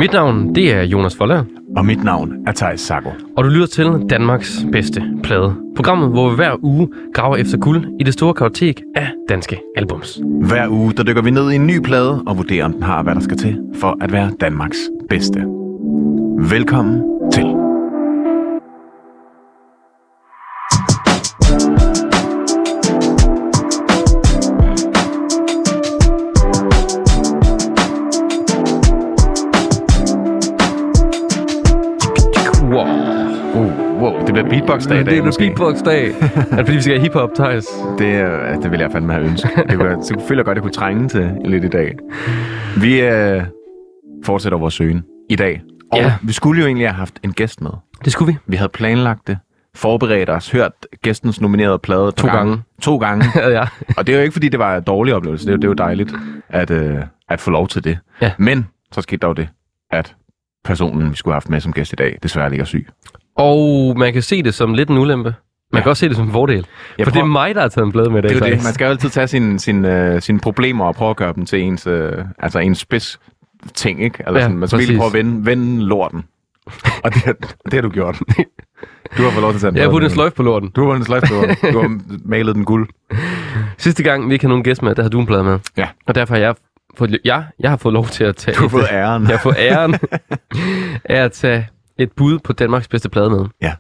Mit navn, det er Jonas Folder. Og mit navn er Theis Sacco. Og du lytter til Danmarks bedste plade. Programmet, hvor vi hver uge graver efter guld i det store kartotek af danske albums. Hver uge, der dykker vi ned i en ny plade og vurderer, om den har, hvad der skal til for at være Danmarks bedste. Velkommen til. Wow, det bliver beatbox-dag i dag. Det bliver beatbox-dag. Er det fordi, vi skal have hip-hop, Theis? Det vil jeg fandme have ønsket. Så føler jeg godt, at jeg kunne trænge til lidt i dag. Vi fortsætter vores søgen i dag. Og vi skulle jo egentlig have haft en gæst med. Det skulle vi. Vi havde planlagt det, forberedt os, hørt gæstens nominerede plade to gange. Ja. Og det er jo ikke, fordi det var en dårlig oplevelse. Det er jo dejligt at få lov til det. Ja. Men så skete der jo det, at personen, vi skulle have haft med som gæst i dag, desværre ligger syg. Og man kan se det som lidt en ulempe. Man kan også se det som en fordel. For det er mig, der har taget en plade med i dag. Det er jo det. Man skal jo altid tage sine problemer og prøve at gøre dem til ens spids ting, ikke? Altså, man skal virkelig prøve at vende lorten. Og det har du gjort. Du har fået lov til at tage den. Jeg har puttet en sløjf på lorten. Du har puttet en sløjf på lorten. Du har malet den guld. Sidste gang, vi ikke havde nogen gæst med, der har du en plade med. Ja. Og derfor har jeg har fået lov til at tage... Du har fået æren. Jeg har fået æren af at tage et bud på Danmarks bedste plade med. Ja.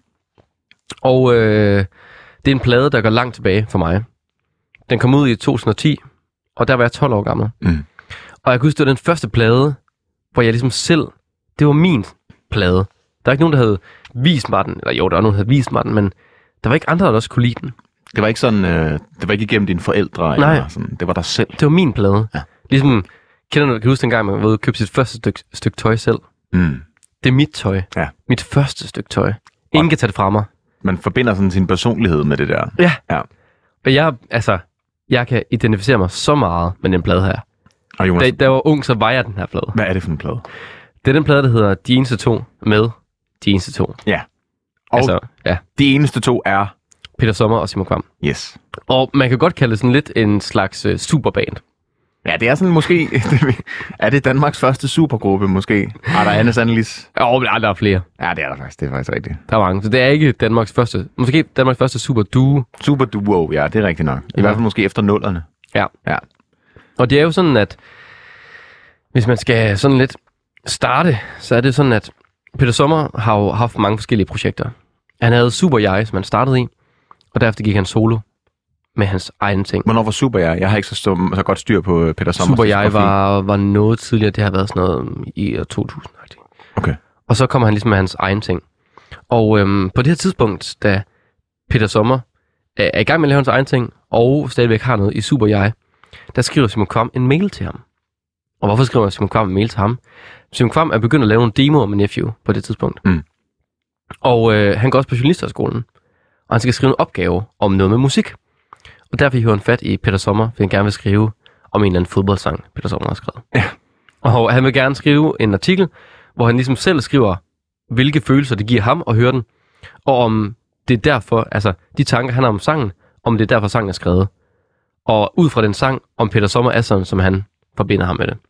Og det er en plade, der går langt tilbage for mig. Den kom ud i 2010, og der var jeg 12 år gammel. Mm. Og jeg kunne huske, det var den første plade, hvor jeg ligesom selv... Det var min plade. Der var ikke nogen, der havde vist mig den. Eller jo, der var nogen, der havde vist mig den, men der var ikke andre, der også kunne lide den. Det var ikke sådan... det var ikke igennem dine forældre. Nej. Eller sådan. Det var dig selv. Det var min plade. Ja. Ligesom... Kan du huske dengang, man var ude og købe sit første stykke tøj selv? Mm. Det er mit tøj. Ja. Mit første stykke tøj. Ingen kan tage det fra mig. Man forbinder sådan sin personlighed med det der. Ja. Ja. Og jeg kan identificere mig så meget med den plade her. Og Jonas, Da jeg var ung, så var jeg den her plade. hvad er det for en plade? Det er den plade, der hedder De Eneste To med De Eneste To. Ja. Og de eneste to er... Peter Sommer og Simon Kvamm. Yes. Og man kan godt kalde det sådan lidt en slags superband. Ja, det er sådan måske... er det Danmarks første supergruppe, måske? Er der Anne Sandelis? Der er flere. Ja, det er der faktisk. Det er faktisk rigtigt. Der er mange. Så det er ikke Danmarks første... Måske Danmarks første superduo. Superduo, ja, det er rigtigt nok. I hvert fald måske efter nullerne. Ja. Ja. Og det er jo sådan, at hvis man skal sådan lidt starte, så er det sådan, at Peter Sommer har jo haft mange forskellige projekter. Han havde Super Jeg, som han startede i, og derefter gik han solo med hans egen ting. Hvornår var Super Jeg? Jeg har ikke så godt styr på Peter Sommers. Super Jeg var noget tidligere. Det har været sådan noget i 2000. Okay. Og så kommer han ligesom med hans egen ting. Og på det her tidspunkt, da Peter Sommer er i gang med at lave hans egen ting, og stadigvæk har noget i Super Jeg, der skriver Simon Kvamm en mail til ham. Og hvorfor skriver Simon Kvamm en mail til ham? Simon Kvamm er begyndt at lave nogle demoer med Nephew på det tidspunkt. Mm. Og han går også på journalisterskolen. Og han skal skrive en opgave om noget med musik. Og derfor hiver han fat i Peter Sommer, for han gerne vil skrive om en eller anden fodboldsang, Peter Sommer har skrevet. Ja. Og han vil gerne skrive en artikel, hvor han ligesom selv skriver, hvilke følelser det giver ham at høre den, og om det er derfor, altså de tanker, han har om sangen, om det er derfor, sangen er skrevet. Og ud fra den sang, om Peter Sommer er sådan, som han forbinder ham med det.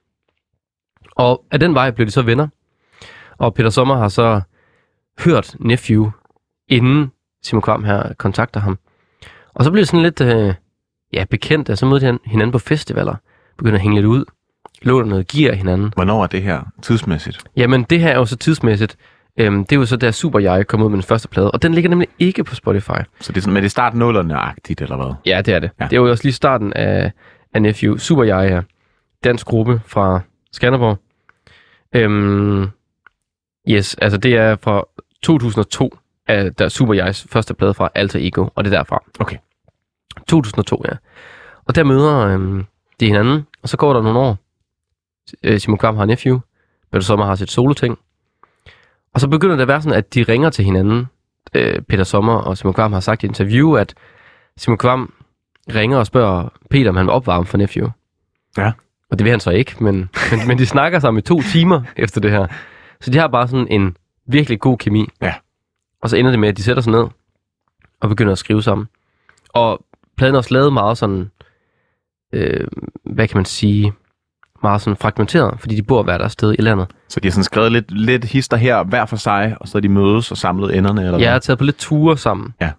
Og af den vej blev de så venner. Og Peter Sommer har så hørt Nephew, inden Simon Kvamm her kontakter ham. Og så blev det sådan lidt bekendt, og så mødte han hinanden på festivaler, begyndte at hænge lidt ud, lå der noget gear hinanden. Hvornår er det her tidsmæssigt? Jamen, det her er jo så tidsmæssigt. Det er jo så, da Super Jeg kom ud med den første plade, og den ligger nemlig ikke på Spotify. Så det er sådan, men det starter nullerne-agtigt, eller hvad? Ja, det er det. Ja. Det er jo også lige starten af Nephew. Super Jeg er dansk gruppe fra Skanderborg. Yes, altså det er fra 2002, der Super Jegs første plade fra Alter Ego, og det er derfra. Okay. 2002, ja. Og der møder de hinanden, og så går der nogle år. Simon Kvamm har Nephew, Peter Sommer har sit solo-ting. Og så begynder det at være sådan, at de ringer til hinanden. Peter Sommer og Simon Kvamm har sagt i et interview, at Simon Kvamm ringer og spørger Peter, om han vil opvarme for Nephew. Ja. Og det vil han så ikke, men de snakker sammen i 2 timer efter det her. Så de har bare sådan en virkelig god kemi. Ja. Og så ender det med, at de sætter sig ned og begynder at skrive sammen. Og pladen er også lavet meget sådan, hvad kan man sige, meget sådan fragmenteret, fordi de bor hver deres sted i landet. Så de har sådan skrevet lidt hister her hver for sig, og så er de mødes og samlet enderne, eller hvad? Jeg har taget på lidt ture sammen. Ja.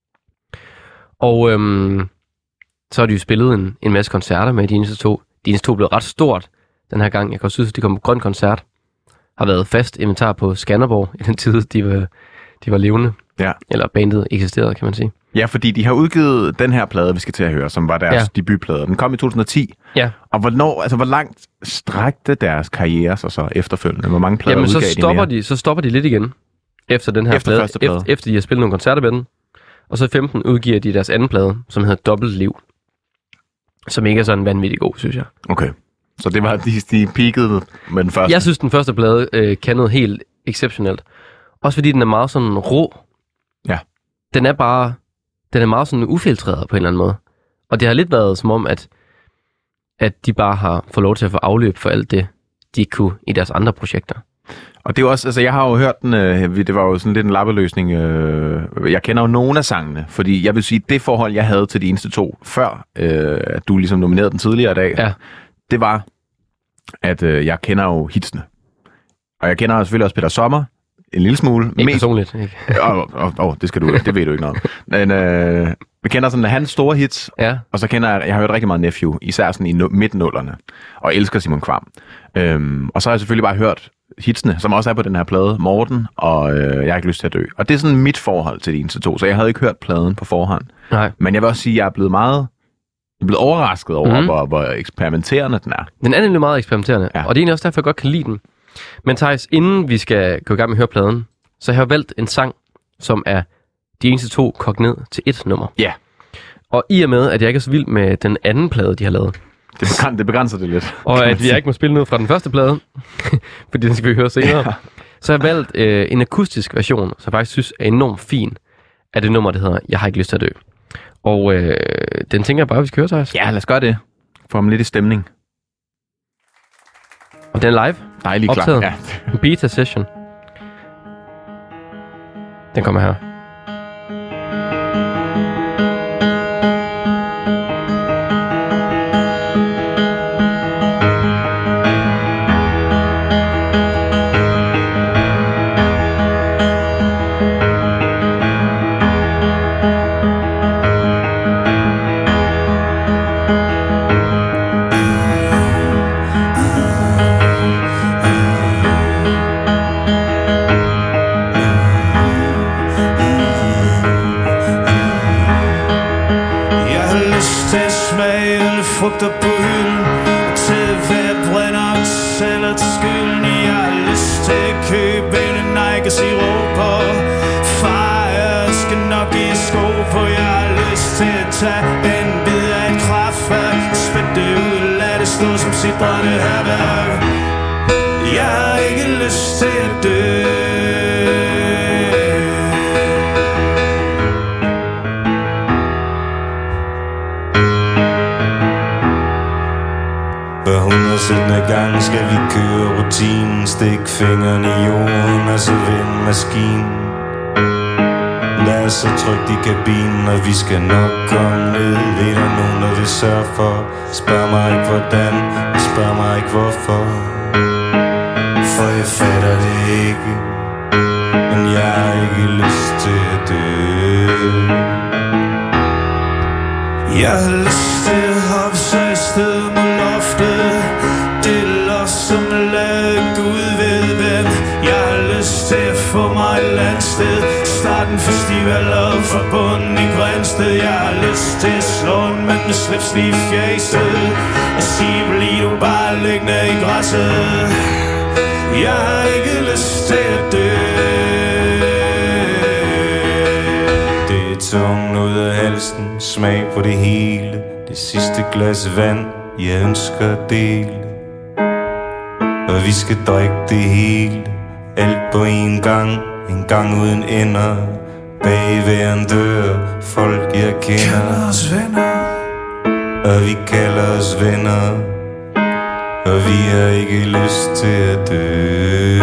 Og så har de jo spillet en masse koncerter med de eneste to. De eneste to blev ret stort den her gang. Jeg kan også synes, at de kom på Grøn Koncert. Har været fast inventar på Skanderborg i den tid, de var levende. Ja. Eller bandet eksisterede, kan man sige. Ja, fordi de har udgivet den her plade, vi skal til at høre, som var deres debutplade. Den kom i 2010. Ja. Og hvor langt strækte deres karriere så efterfølgende? Hvor mange plader udgav de mere? Så stopper de lidt igen efter den her plade. Efter de har spillet nogle koncerter med den. Og så i 15 udgiver de deres anden plade, som hedder Dobbeltliv. Som ikke er sådan vanvittigt god, synes jeg. Okay. Så det var, de peakede med den første? Jeg synes, den første plade kan noget helt exceptionelt. Også fordi den er meget sådan rå. Ja. Den er meget sådan ufiltreret på en eller anden måde. Og det har lidt været som om, at de bare har fået lov til at få afløb for alt det, de kunne i deres andre projekter. Og det er jo også, altså jeg har jo hørt den, det var jo sådan lidt en lappeløsning. Jeg kender jo nogle af sangene, fordi jeg vil sige, det forhold, jeg havde til de eneste to, før at du ligesom nominerede den tidligere i dag, det var, at jeg kender jo hitsene. Og jeg kender selvfølgelig også Peter Sommer, en lille smule. Ikke personligt, ikke? Det skal du, det ved du ikke noget om. Men vi kender sådan hans store hits, og så kender jeg har hørt rigtig meget Nephew, især sådan i midt-nullerne, og elsker Simon Kvam. Og så har jeg selvfølgelig bare hørt hitsene, som også er på den her plade, Morten, og Jeg har ikke lyst til at dø. Og det er sådan mit forhold til de eneste to, så jeg havde ikke hørt pladen på forhånd. Nej. Men jeg vil også sige, at jeg er blevet overrasket over, hvor eksperimenterende den er. Den er nemlig meget eksperimenterende, og det er egentlig også derfor, jeg godt kan lide den. Men Theis, inden vi skal gå i gang med at høre pladen, så har jeg valgt en sang, som er de eneste to kogt ned til et nummer. Ja. Og i og med, at jeg ikke er så vild med den anden plade, de har lavet. Det begrænser det lidt. Og at vi ikke må spille noget fra den første plade, fordi den skal vi høre senere. Så har jeg valgt en akustisk version, som jeg faktisk synes er enormt fin, af det nummer, der hedder Jeg har ikke lyst til at dø. Og den tænker jeg bare, vi skal høre, Theis. Ja, lad os gøre det. Få ham lidt i stemning. Og den er live. Dejlig optaget. Klar. Ja. Beta session. Den kommer her. Frugter på hylden, til hver brænder sælger til skylden. Jeg har lyst til at købe en Nike-sirup og far, jeg skal nok give sko på. Jeg har lyst til at tage en bid af et kraftværk, spænd det ud, lad det stå som sidrende herværk. Jeg har ikke lyst til at dø. Hver 100 gang skal vi køre rutinen, stik fingrene i jorden og så vende maskinen. Lad os så trygt i kabinen, og vi skal nok komme ned. Ved der nogen, der vil sørge for? Spørg mig ikke hvordan, og spørg mig ikke hvorfor. For jeg fatter det ikke, men jeg har ikke lyst til at dø. Jeg har lyst til at hoppe så i stedet mod loftet. Det er loft som lader Gud ved hvem. Jeg har lyst til at få mig et landsted. Start en festival op fra bunden i Grænsted. Jeg har lyst til at slå en mand med slips lige i fjæset og sige, bliv du bare liggende i græsset. Jeg har ikke lyst til at dø. Det er tungen ud af halsen, smag på det hele. Det sidste glas vand, jeg ønsker at dele. Og vi skal drikke det hele, alt på en gang uden ender. Bag hver en dør, folk jeg kender. Kalder os venner. Og vi kalder os venner. Og vi har ikke lyst til at dø.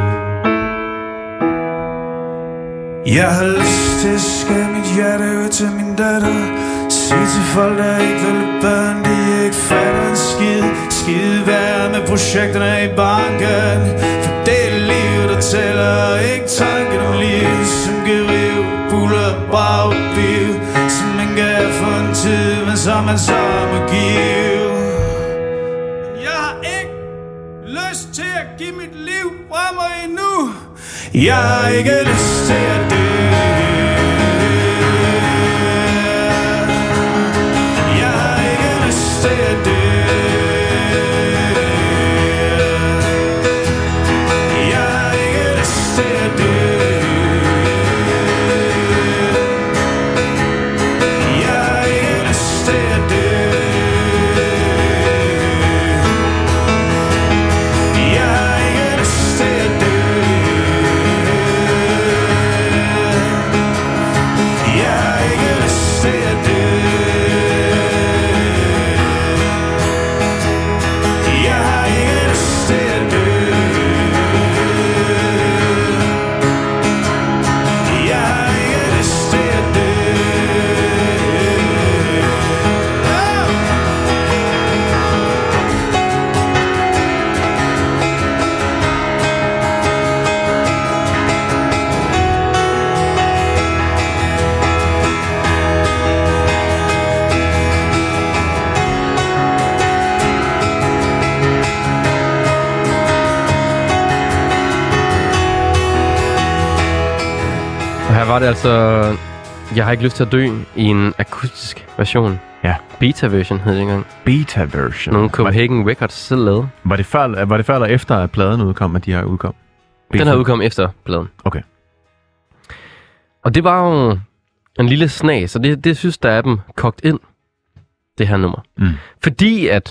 Jeg har lyst til at skære mit hjerte ud til min datter. Sig til folk, der ikke vil børn, de ikke fatter en skid. skide være med projekterne i banken. For det er liv, der tæller, ikke tanken om liv. Som kan rive, buller, brag, biv. Som man gav for en tid, men som man så må give. Men jeg har ikke lyst til at give mit liv fra mig endnu. Jeg har ikke lyst til at dø. Jeg har ikke lyst til at dø. Her var det altså, jeg har ikke lyst til at dø i en akustisk version. Ja. Beta-version hed det engang. Beta-version. Nogle Copenhagen Records selv lavede. Var det før eller efter, at pladen udkom, at de har udkom? Beta. Den har udkom efter pladen. Okay. Og det var jo en lille snas, og det synes der er dem kogt ind, det her nummer. Mm. Fordi at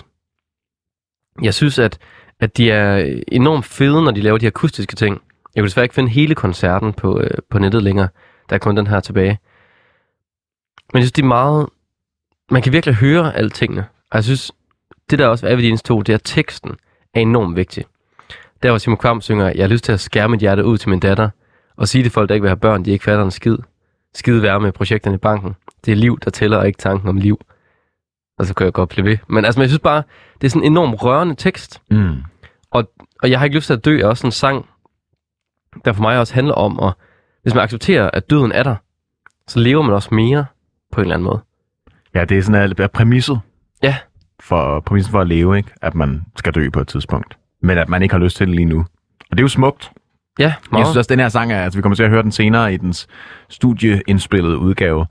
jeg synes, at de er enormt fede, når de laver de akustiske ting. Jeg kunne desværre ikke finde hele koncerten på nettet længere. Der er kun den her tilbage. Men jeg synes, de er meget... Man kan virkelig høre alle tingene. Og jeg synes, det der også er ved de eneste to, det er, at teksten er enormt vigtig. Der hvor Simon Kvam synger, jeg har lyst til at skære mit hjerte ud til min datter, og sige til folk, der ikke vil have børn, de ikke fatter en skid. Skide være med projekterne i banken. Det er liv, der tæller, og ikke tanken om liv. Og så kan jeg godt blive ved. Men altså, jeg synes bare, det er sådan en enormt rørende tekst. Mm. Og jeg har ikke lyst til at dø, er også en sang, der for mig også handler om, at hvis man accepterer, at døden er der, så lever man også mere på en eller anden måde. Ja, det er sådan en præmisset. Ja. Præmissen for at leve, ikke? At man skal dø på et tidspunkt. Men at man ikke har lyst til det lige nu. Og det er jo smukt. Ja, meget. Jeg synes også, den her sang er, altså vi kommer til at høre den senere i dens studieindspillede udgave.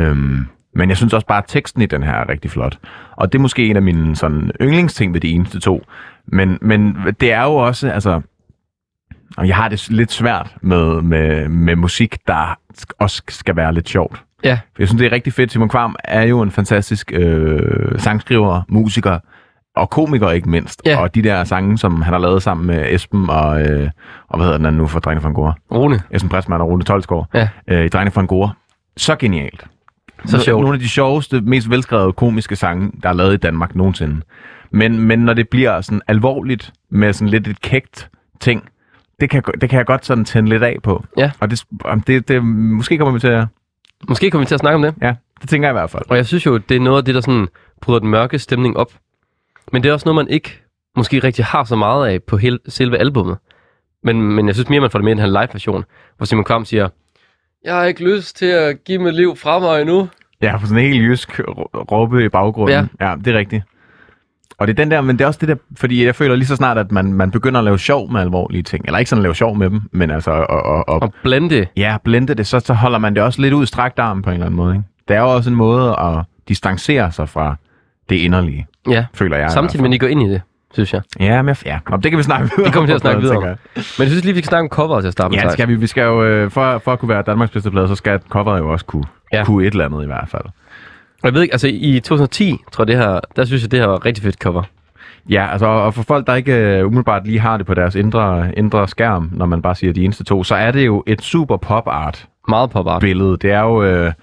Men jeg synes også bare, at teksten i den her er rigtig flot. Og det er måske en af mine sådan yndlingsting ved de eneste to. Men det er jo også, altså... Og jeg har det lidt svært med musik, der også skal være lidt sjovt. Ja. Jeg synes, det er rigtig fedt. Simon Kvam er jo en fantastisk sangskriver, musiker og komiker ikke mindst. Ja. Og de der sange, som han har lavet sammen med Esben og hvad hedder den anden nu for Drengene fra Angora? Rune. Esben Pressmann og Rune Tolsgaard. Ja. I Drengene fra Angora. Så genialt. Så sjovt. Nogle af de sjoveste, mest velskrevet komiske sange, der er lavet i Danmark nogensinde. Men når det bliver sådan alvorligt med sådan lidt et kægt ting, det kan jeg godt sådan tænde lidt af på. Ja. Og det måske kommer vi til at... Måske kommer vi til at snakke om det. Ja, det tænker jeg i hvert fald. Og jeg synes jo, det er noget af det, der sådan bryder den mørke stemning op. Men det er også noget, man ikke måske rigtig har så meget af på selve albummet. Men jeg synes mere, man får det med i den her live-version, hvor Simon Kvam siger, jeg har ikke lyst til at give mit liv fra mig endnu. Ja, for sådan en helt jysk råbe i baggrunden. Ja, det er rigtigt. Og det er den der, men det er også det der, fordi jeg føler lige så snart, at man begynder at lave sjov med alvorlige ting. Eller ikke sådan at lave sjov med dem, men altså... Og blende. Ja, blende det, så holder man det også lidt ud i strakt arm på en eller anden måde. Ikke? Det er jo også en måde at distancere sig fra det inderlige, føler jeg. Samtidig med, at I går ind i det, synes jeg. Ja, men det kan vi snakke videre om. Det kommer til at snakke videre om. Men jeg synes lige, vi skal snakke om coveret til at starte med. Ja, det skal vi. Vi skal jo, for at kunne være Danmarks bedste plade, så skal coveret jo også kunne et eller andet i hvert fald. Jeg ved ikke, altså i 2010, tror jeg der synes jeg, det her var rigtig fedt cover. Ja, altså, og for folk, der ikke umiddelbart lige har det på deres indre skærm, når man bare siger de eneste to, så er det jo et super pop-art. Meget pop-art. Billede. Det er jo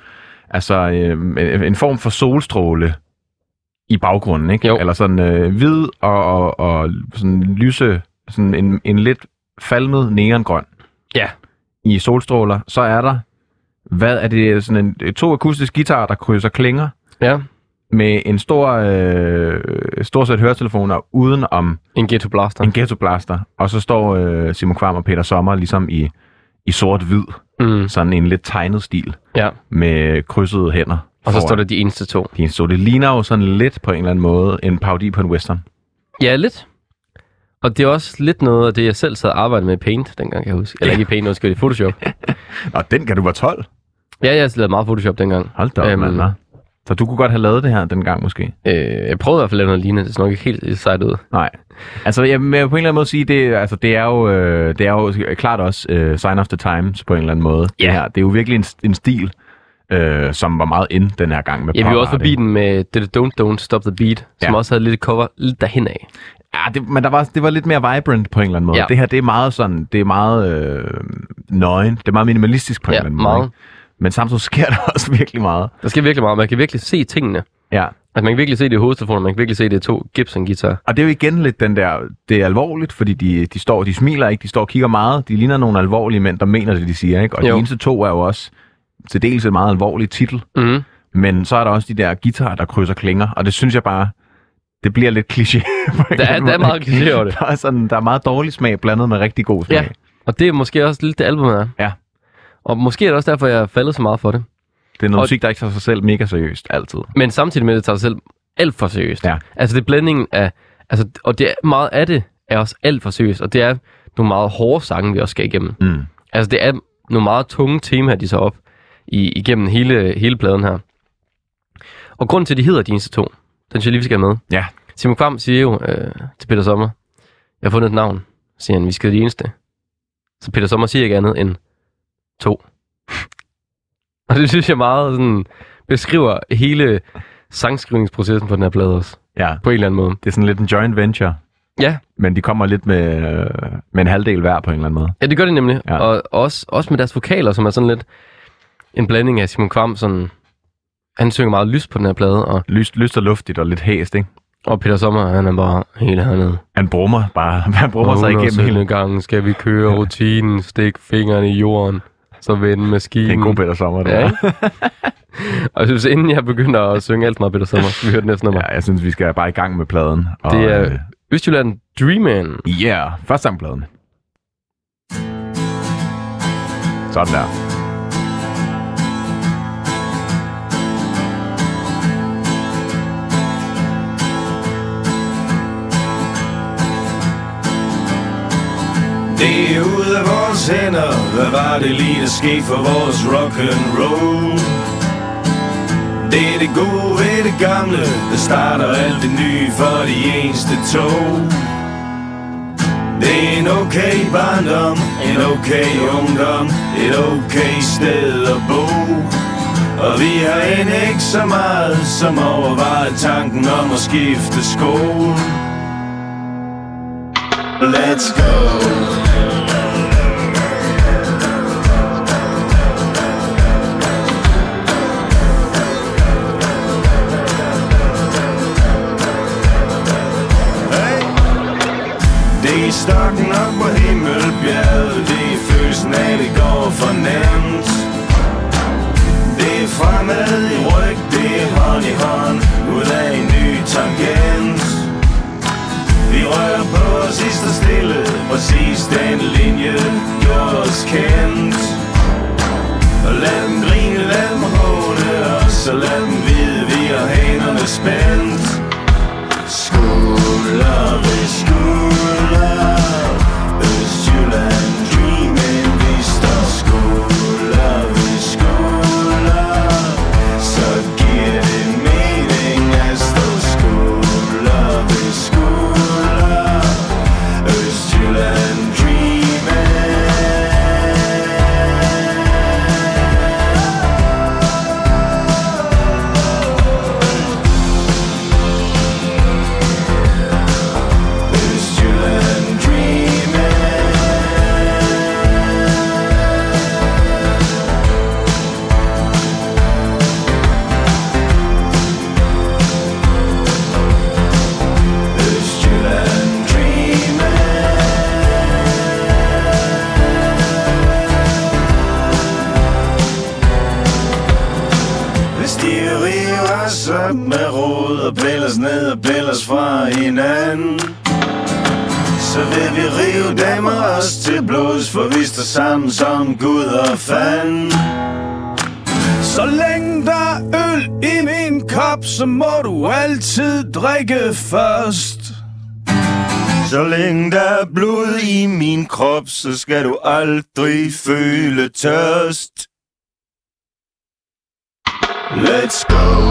en form for solstråle i baggrunden, ikke? Jo. Eller sådan hvid og sådan lyse, sådan en lidt falmet neongrøn. Ja. I solstråler, så er der, hvad er det, sådan to akustiske guitarer, der krydser klinger. Ja. med en stor sæt høretelefoner uden om en Ghetto Blaster. En Ghetto Blaster. Og så står Simon Kvam og Peter Sommer ligesom i sort-hvid. Sådan en lidt tegnet stil. Ja. Med krydsede hænder. Og så står der de eneste to. De eneste to. Det ligner jo sådan lidt på en eller anden måde en parodi på en western. Ja, lidt. Og det er også lidt noget af det, jeg selv sad og arbejdede med i Paint, dengang kan jeg huske. Eller ikke i Paint, noget skal i Photoshop. Nå, den kan du være 12. Ja, jeg lavede meget Photoshop dengang. Hold da op, mand. Så du kunne godt have lavet det her dengang måske? Jeg prøvede i hvert fald at lave noget lignende. Det er nok ikke helt sejt ud. Nej. Altså, jeg vil på en eller anden måde sige, det er jo klart også sign of the times på en eller anden måde. Ja. Det her. Det er jo virkelig en stil, som var meget in den her gang med vi var også forbi den med Don't Stop the Beat, som også havde lidt cover lidt derhen af. Ja, men det var lidt mere vibrant på en eller anden måde. Ja. Det her, det er meget sådan, det er meget nøgen. Det er meget minimalistisk på en eller anden måde. Men samtidig sker der også virkelig meget. Der sker virkelig meget. Man kan virkelig se tingene. Ja. Altså, man kan virkelig se det i hovedtelefonen, man kan virkelig se det i 2 Gibson-guitar. Og det er jo igen lidt den der, det er alvorligt, fordi de smiler ikke, de står og kigger meget. De ligner nogle alvorlige mænd, der mener det, de siger, ikke? Og de eneste 2 er jo også til dels en meget alvorlig titel. Mm-hmm. Men så er der også de der guitarer, der krydser klinger, og det synes jeg bare, det bliver lidt kliché. Der er meget kliché over det. Der er meget dårlig smag blandet med rigtig god smag. Ja, og det er måske også lidt det album er. Ja. Og måske er det også derfor, jeg er faldet så meget for det. Det er noget musik, der ikke tager sig selv mega seriøst, altid. Men samtidig med, det tager sig selv alt for seriøst. Ja. Altså det er blandingen af, altså, og det er, meget af det er også alt for seriøst, og det er nogle meget hårde sange, vi også skal igennem. Mm. Altså det er nogle meget tunge temaer, de tager op igennem hele pladen her. Og grunden til, at de hedder de eneste 2, den synes jeg lige, vi skal have med. Ja. Simon Kvam siger jo til Peter Sommer, jeg har fundet et navn, siger han, vi skal de eneste. Så Peter Sommer siger ikke andet end 2. Og det synes jeg meget sådan, beskriver hele sangskrivningsprocessen på den her plade også. Ja. På en eller anden måde. Det er sådan lidt en joint venture. Ja. Men de kommer lidt med en halvdel hver på en eller anden måde. Ja, det gør de nemlig. Ja. Og også med deres vokaler, som er sådan lidt en blanding af Simon Kvam. Sådan, han synger meget lyst på den her plade. Og lyst og luftigt og lidt hæst, ikke? Og Peter Sommer, han er bare helt hernede. Han brummer sig igennem hele gangen skal vi køre rutinen, stik fingrene i jorden, så vende maskinen. Det er en god Peter Sommer, det ja. Og jeg synes, inden jeg begynder at synge alt meget Peter Sommer, skal vi høre det næste nummer. Ja, jeg synes, vi skal bare i gang med pladen. Og, det er Østjylland Dreamin'. Ja, yeah, først sang pladen. Sådan der. Det er ude af vores hænder. Hvad var det lige, der skete for vores rock'n'roll? Det er det gode ved det gamle, der starter alt det nye for de eneste 2. Det er en okay barndom, en okay ungdom, et okay sted at bo. Og vi har end ikke så meget som overvejet tanken om at skifte skole. Let's go. Det er stokken op på Himmelbjerget. Det er følelsen af, det går for nemt. Det er fremad i ryg, det er hånd i hånd, ud af en ny tangent. Vi rører på os i står stille, præcis den linje gjorde os kendt. Og lad dem grine, lad dem håne os, og lad dem vide, vi har hænderne spændt. Skulder ved skulder, Østjylland Dreamin', vi står skulder ved skulder. Så giver det mening at stå skulder ved skulder, Østjylland Dreamin'. mødes, for vi står sammen som Gud og fanden. Så længe der er øl i min kop, så må du altid drikke først. Så længe der er blod i min krop, så skal du aldrig føle tørst. Let's go.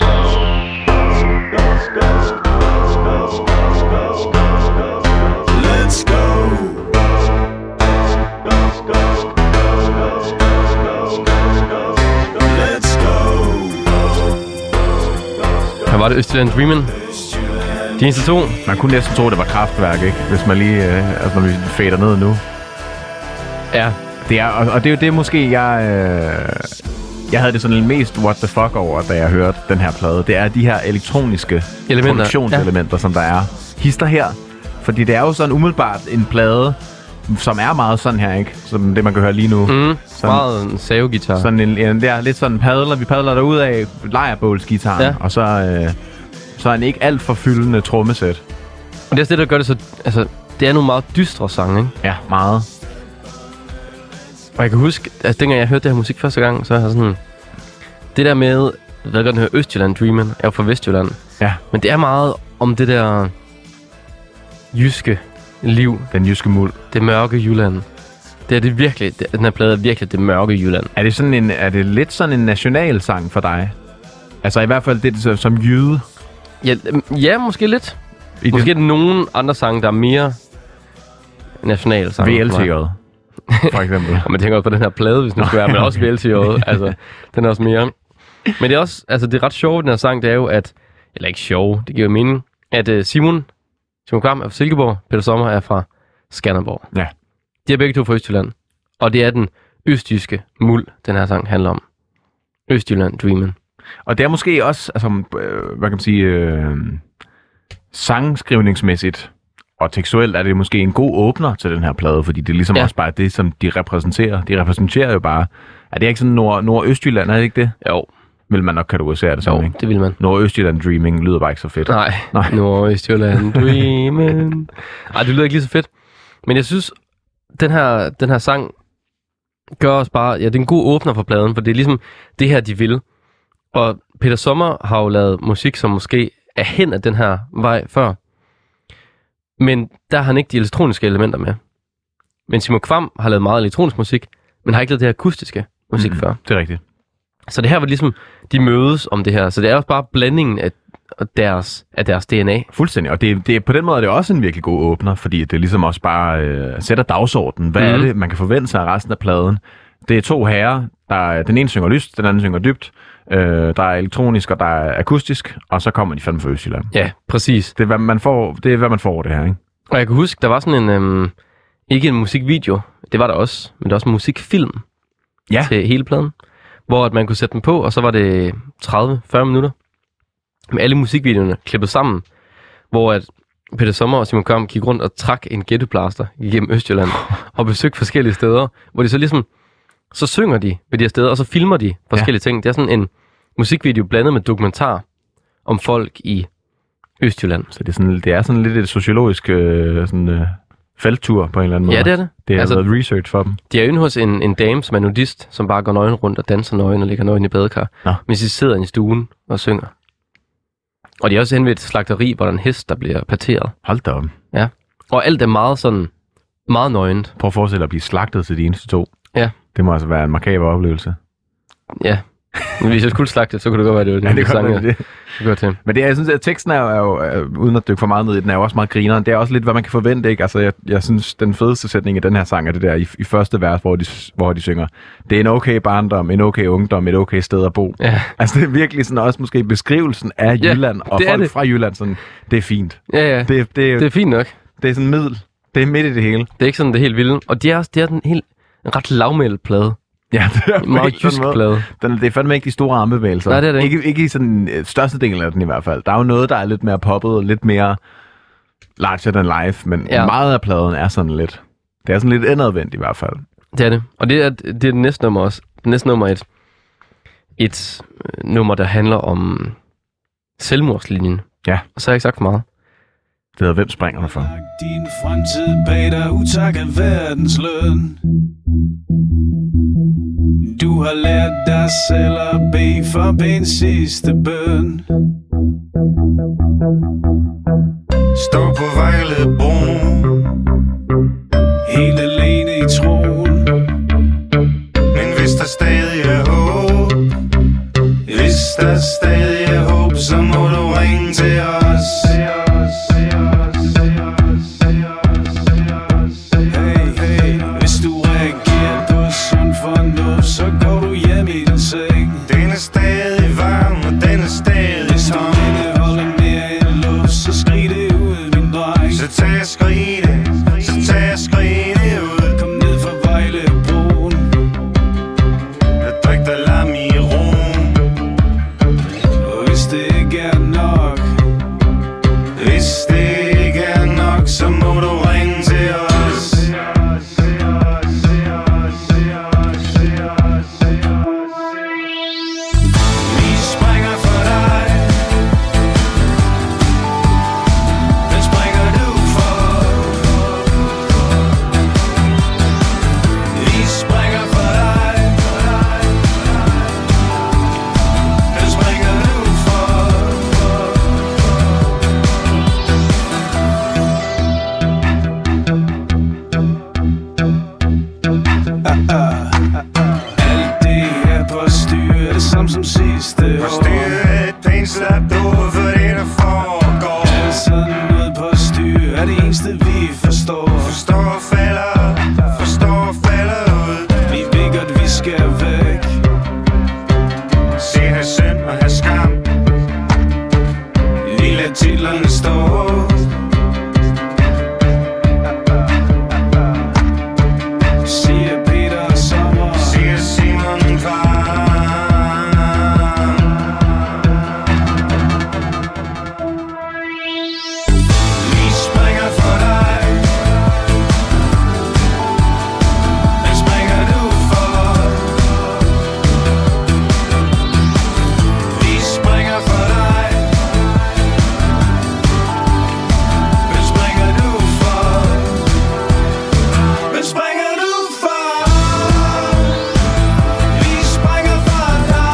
Let's go. Let's go. Her var det Østjylland Dreamin'. De eneste to. Man kunne næsten tro, det var Kraftværk, ikke? Hvis man lige, når vi fader ned nu. Ja. Det er, og det er jo det måske, jeg havde det sådan mest what the fuck over, da jeg hørte den her plade. Det er de her elektroniske produktionselementer, som der er. Hister her. Fordi det er jo sådan umiddelbart en plade, som er meget sådan her, ikke? Som det, man kan høre lige nu. Sådan, meget en savegitar. Sådan en der lidt sådan vi padler derud af lejrebålsgitaren. Ja. Og så en ikke alt for fyldende trommesæt. Og det er også det, der gør det så... Altså, det er nogle meget dystre sange, ikke? Ja, meget. Og jeg kan huske, at dengang jeg hørte det her musik første gang, så er jeg sådan... Det der med... Jeg ved godt, den hedder Østjylland Dreamin'. Jeg er jo fra Vestjylland. Ja. Men det er meget om det der... jyske liv. Den jyske muld. Det mørke Jylland. Det er det virkelig... Den her plade er virkelig det mørke Jylland. Er det lidt sådan en nationalsang for dig? Altså i hvert fald det som jyde? Ja, måske lidt. Måske er det nogle andre sange, der er mere nationalsange. VLTJ, for eksempel. Og man tænker også på den her plade, hvis den skulle være, men også VLTJ. Altså, den er også mere. Men det er også, altså det er ret sjovt, den her sang, det er jo, at, eller ikke sjov, det giver jo mening, at Simon Kvam er fra Silkeborg, Peter Sommer er fra Skanderborg. Ja. De er begge to fra Østjylland. Og det er den østjyske muld, den her sang handler om. Østjylland Dreamin'. Og det er måske også, altså, hvad kan man sige, sangskrivningsmæssigt og tekstuelt er det måske en god åbner til den her plade, fordi det er ligesom også bare det, som de repræsenterer. De repræsenterer jo bare, er det ikke sådan Nordøstjylland, er det ikke det? Jo. Vil man nok kategorisere det som, jo, ikke? Det vil man. Nordøstjylland Dreaming lyder bare ikke så fedt. Nej. Nordøstjylland Dreaming. Ej, det lyder ikke lige så fedt. Men jeg synes, den her sang gør os bare, ja, det er en god åbner for pladen, for det er ligesom det her, de vil. Og Peter Sommer har jo lavet musik, som måske er hen af den her vej før. Men der har han ikke de elektroniske elementer med. Men Simon Kvam har lavet meget elektronisk musik, men har ikke lavet det her akustiske musik før. Det er rigtigt. Så det her var ligesom, de mødes om det her. Så det er også bare blandingen af deres DNA. Fuldstændig. Og det er på den måde er det også en virkelig god åbner, fordi det ligesom også bare sætter dagsordenen. Hvad er det, man kan forvente sig af resten af pladen? Det er to herrer, den ene synger lyst, den anden synger dybt. Der er elektronisk, og der er akustisk, og så kommer de fandme fra Østjylland. Ja, præcis. Det er, hvad man får, det her, ikke? Og jeg kan huske, der var sådan en, ikke en musikvideo, det var der også, men der var også en musikfilm til hele pladen, hvor at man kunne sætte den på, og så var det 30-40 minutter med alle musikvideoerne klippet sammen, hvor at Peter Sommer og Simon Kvam gik rundt og trak en ghettoplaster igennem Østjylland og besøgte forskellige steder, hvor de så ligesom, så synger de ved de her steder, og så filmer de forskellige ting. Det er sådan en musikvideo blandet med dokumentar om folk i Østjylland. Så det er sådan lidt et sociologisk felttur på en eller anden måde. Ja, det er det. Det er altså noget research for dem. De er inde hos en dame, som er nudist, som bare går nøgen rundt og danser nøgen og ligger nøgen i badekar, mens de sidder i stuen og synger. Og de er også inde ved et slagteri, hvor der er en hest, der bliver parteret. Hold da op. Ja. Og alt er meget sådan, meget nøgent. Prøv at forestille dig at blive slagtet til de eneste to. Ja. Det må altså være en makaber oplevelse. Ja. Men hvis jeg skulle slagte, så kunne det godt være, det var det sang, jeg går til. Men det, jeg synes, at teksten er jo uden at dykke for meget ned i den, er jo også meget grineren. Det er også lidt, hvad man kan forvente, ikke? Altså, jeg synes, den fedeste sætning i den her sang er det der i første vers, hvor de synger, det er en okay barndom, en okay ungdom, et okay sted at bo. Ja. Altså, det er virkelig sådan også måske beskrivelsen af Jylland, og folk fra Jylland, sådan, det er fint. Ja. Det er fint nok. Det er sådan middel. Det er midt i det hele. Det er ikke sådan det helt vilde. Og det er en ret lavmældt plade. Ja, det er en meget jysk plade. Det er fandme ikke de store armbevægelser. Nej, det er det ikke i sådan størstedelen af den i hvert fald. Der er jo noget, der er lidt mere poppet og lidt mere larger than life, men meget af pladen er sådan lidt. Det er sådan lidt indadvendt i hvert fald. Det er det. Og det er det næste nummer også. Det næste nummer er et nummer, der handler om selvmordslinjen. Ja. Og så har jeg ikke sagt for meget. Det hedder Hvem springer du for? Din fremtid bag dig utakket verdens løn. Du har lært dig selv at bede for den sidste bøn. Stå på Vejlebroen, Helt alene i troen. men hvis der stadig er håb, hvis der stadig er håb, så må du ringe til os. Hey, hey, hvis du reagerer på sund fornuft, så går du hjem i din seng. Den er stadig varm, og den er stadig Hvis du tom. indeholder mere end luft, så skrig det ud, min dreng. Så tag skridtet, så tag skridtet ud. Kom ned fra Vejlebroen. Jeg drik dig lam i rum. Og hvis det ikke er nok, Hvis det ikke er nok, så må du ringe til os. vi springer for dig. Hvem springer du for? Vi springer for dig. Hvem springer du for? Alt det er på styr, det samme som sidste Og år. styr et pænt slapt ord for det, der foregår. Alt sådan noget på styr er det eneste vi forstår. Forstår og falder ud. Vi ved godt vi skal væk. Se her synd og her skam. Vi lader titlerne stå. Siger Peter og Sommer. Siger Simon Kvam. Vi springer for dig. Hvem springer du for? Vi springer for dig. Hvem springer du for? Hvem springer du for? Vi springer for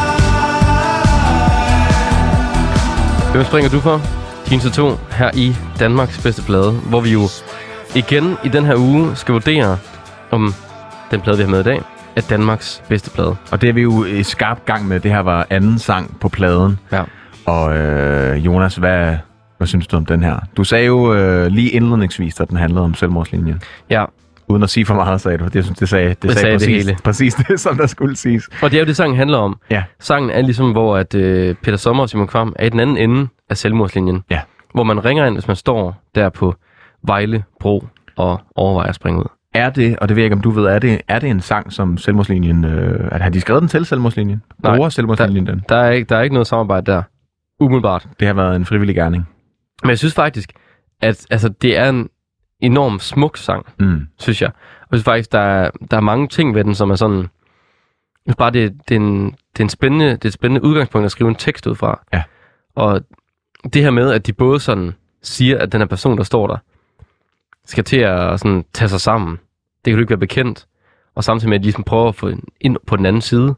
dig. Hvem springer du for? Kinse 2 her i Danmarks bedste plade, hvor vi jo igen i den her uge skal vurdere, om den plade, vi har med i dag, er Danmarks bedste plade. Og det er vi jo i skarp gang med. Det her var anden sang på pladen. Ja. Og Jonas, hvad synes du om den her? Du sagde jo lige indledningsvis, at den handlede om selvmordslinjen. Ja, Uden at sige for meget, sagde du. Det sagde sagde det hele. Præcis det, som der skulle siges. og det er jo det, sangen handler om. Ja. Sangen er ligesom, hvor at, Peter Sommer og Simon Kvam er i den anden ende af selvmordslinjen. Ja. Hvor man ringer ind, hvis man står der på Vejle Bro og overvejer at springe ud. Er det, og det ved jeg ikke, om du ved, er det en sang, som selvmordslinjen... har de skrevet den til selvmordslinjen? Nej, Bruger selvmordslinjen den? Der er ikke noget samarbejde der. Umiddelbart. Det har været en frivillig gerning. Men jeg synes faktisk, at altså, det er en enorm smuk sang, synes jeg. Og jeg synes faktisk, der er mange ting ved den, som er sådan... Jeg synes bare, det er et spændende udgangspunkt at skrive en tekst ud fra. Ja. Og det her med, at de både sådan siger, at den her person, der står der, skal til at sådan tage sig sammen. Det kan du ikke være bekendt. Og samtidig med, at de ligesom prøver at få ind på den anden side.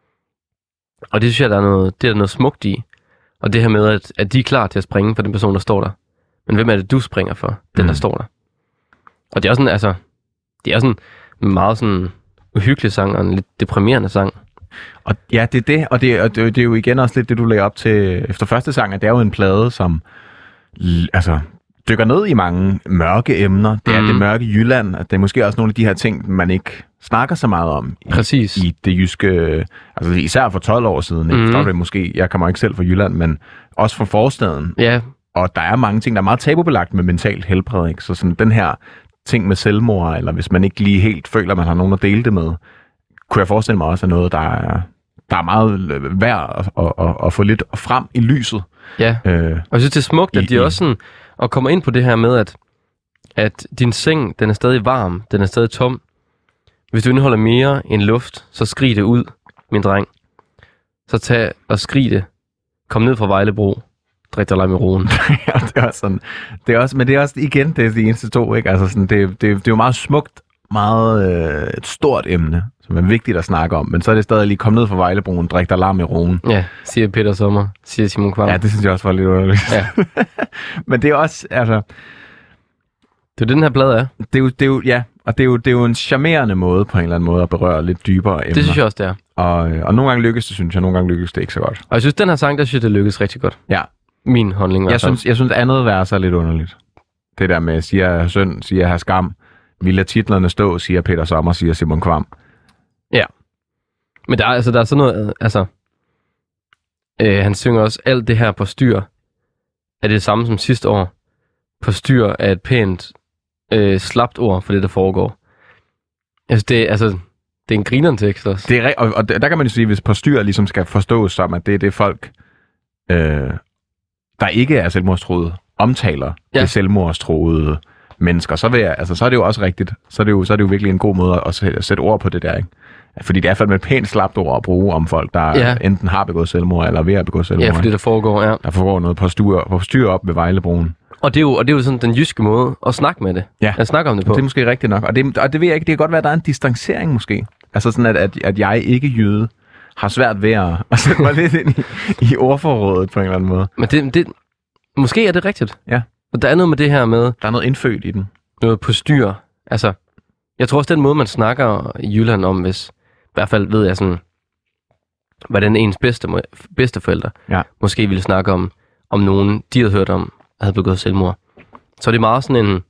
Og det synes jeg, der er noget smukt i. Og det her med, at de er klar til at springe for den person, der står der. Men hvem er det, du springer for? Den, der står der. Og det er også sådan, altså... Det er sådan en meget sådan uhyggelig sang og en lidt deprimerende sang. Og ja, det er det. Og det er jo igen også lidt det, du lægger op til efter første sang, at det er jo en plade, som altså dykker ned i mange mørke emner. Det er det mørke Jylland, at det er måske også nogle af de her ting, man ikke snakker så meget om i det jyske, altså især for 12 år siden. Ikke? Der det måske, jeg kommer ikke selv fra Jylland, men også fra forstaden. Ja. Og der er mange ting, der er meget tabubelagt med mentalt helbred. Ikke? Så sådan den her ting med selvmord, eller hvis man ikke lige helt føler, at man har nogen at dele det med, kunne jeg forestille mig også er noget, der er meget værd at få lidt frem i lyset. Ja, og jeg synes, det er smukt, at de også sådan, og kommer ind på det her med, at din seng, den er stadig varm, den er stadig tom. Hvis du indeholder mere end luft, så skrig det ud, min dreng. Så tag og skrig det. Kom ned fra Vejlebro. Drik dig Lamiron. Ja, det er også sådan. Men det er også, igen, det er de eneste to, ikke? Altså sådan, det er jo meget smukt, meget et stort emne, som er vigtigt at snakke om, men så er det stadig lige kommet ned fra Vejlebroen, drik dig Lamiron. Ja, siger Peter Sommer, siger Simon Kvam. Ja, det synes jeg også var lidt underligt. Ja. Men det er også, altså... Det er den her plade er. Det er jo en charmerende måde, på en eller anden måde, at berøre lidt dybere emner. Det synes jeg også, det er. Og nogle gange lykkes det, synes jeg, nogle gange lykkes det ikke så godt. Og jeg synes, den her sang, der synes jeg, det lykkes rigtig godt. Ja. Min holdning. Jeg synes andet vers er lidt underligt. Det der med, siger synd, siger her skam. Vi lader titlerne stå, siger Peter Sommer, siger Simon Kvam. Ja. Men der er sådan noget, han synger også, alt det her på styr er det samme som sidste år. På styr er et pænt slapt ord for det, der foregår. Altså, det er en grineren tekst også. Det er, og der kan man jo sige, hvis på styr ligesom skal forstås som, at det er det folk, der ikke er selvmordstroede, omtaler det selvmordstroede mennesker, så er det jo også rigtigt. Så er det jo virkelig en god måde at sætte ord på det der, ikke? Fordi det er i hvert fald med et pænt slapt ord at bruge om folk, der enten har begået selvmord, eller er ved at begå selvmord. Ja, for det der foregår, ja. Der foregår noget på styr op ved Vejlebroen. Og det er jo sådan den jyske måde at snakke med det. Ja. At snakke om det på. Det er måske rigtigt nok. Og det ved jeg ikke. Det kan godt være, at der er en distancering måske. Altså sådan, at jeg ikke jyde har svært ved at sætte mig lidt ind i ordforrådet på en eller anden måde. Men måske er det rigtigt. Ja. Og der er noget med det her med... Der er noget indfødt i den. Noget på styr. Altså, jeg tror også, den måde, man snakker i Jylland om, hvis... I hvert fald ved jeg sådan... Hvordan ens bedsteforældre måske ville snakke om nogen, de havde hørt om, havde begået selvmord. Så det er meget sådan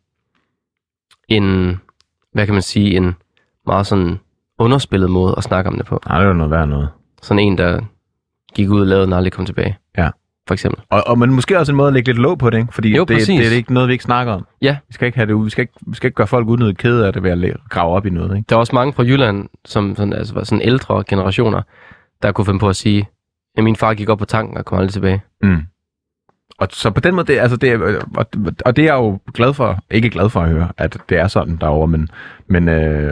en hvad kan man sige, en meget sådan underspillet måde at snakke om det på. Nej, det er jo noget værd noget. Sådan en, der gik ud og lavede den aldrig kom tilbage. Ja. For eksempel. Og men måske også en måde at lægge lidt låg på det, ikke? Fordi det er ikke noget, vi ikke snakker om. Ja. Vi skal ikke have det ud. Vi skal ikke gøre folk unødigt kede af det ved at grave op i noget, ikke? Der er også mange fra Jylland, som var sådan ældre generationer, der kunne finde på at sige, at min far gik op på tanken og kom aldrig tilbage. Mm. Og så på den måde, det er jeg jo ikke glad for at høre, at det er sådan derovre, men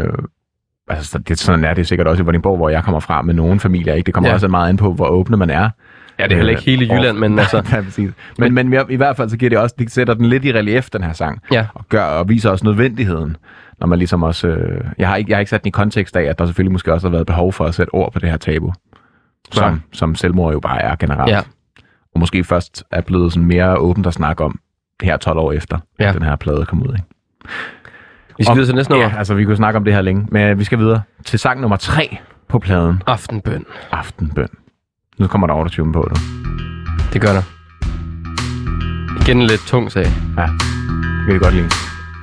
sådan er det sikkert også i Vordingborg, hvor jeg kommer fra med nogle familier, ikke? Det kommer også meget an på, hvor åbne man er. Ja, det er heller ikke hele Jylland, men altså... Ja, præcis. Men i hvert fald så giver det også, det sætter den lidt i relief, den her sang, og viser også nødvendigheden, når man ligesom også... Jeg har ikke sat den i kontekst af, at der selvfølgelig måske også har været behov for at sætte ord på det her tabu, som selvmord jo bare er generelt. Ja. Og måske først er blevet sådan mere åbent at snakke om her 12 år efter, at den her plade kom ud, ikke? Vi skal videre til næste nummer. Ja, altså vi kunne snakke om det her længe, men vi skal videre til sang nummer 3 på pladen. Aftenbøn. Aftenbøn. Nu kommer der autotune på, du. Det gør der. Igen en lidt tung sag. Ja, det kan vi godt lide.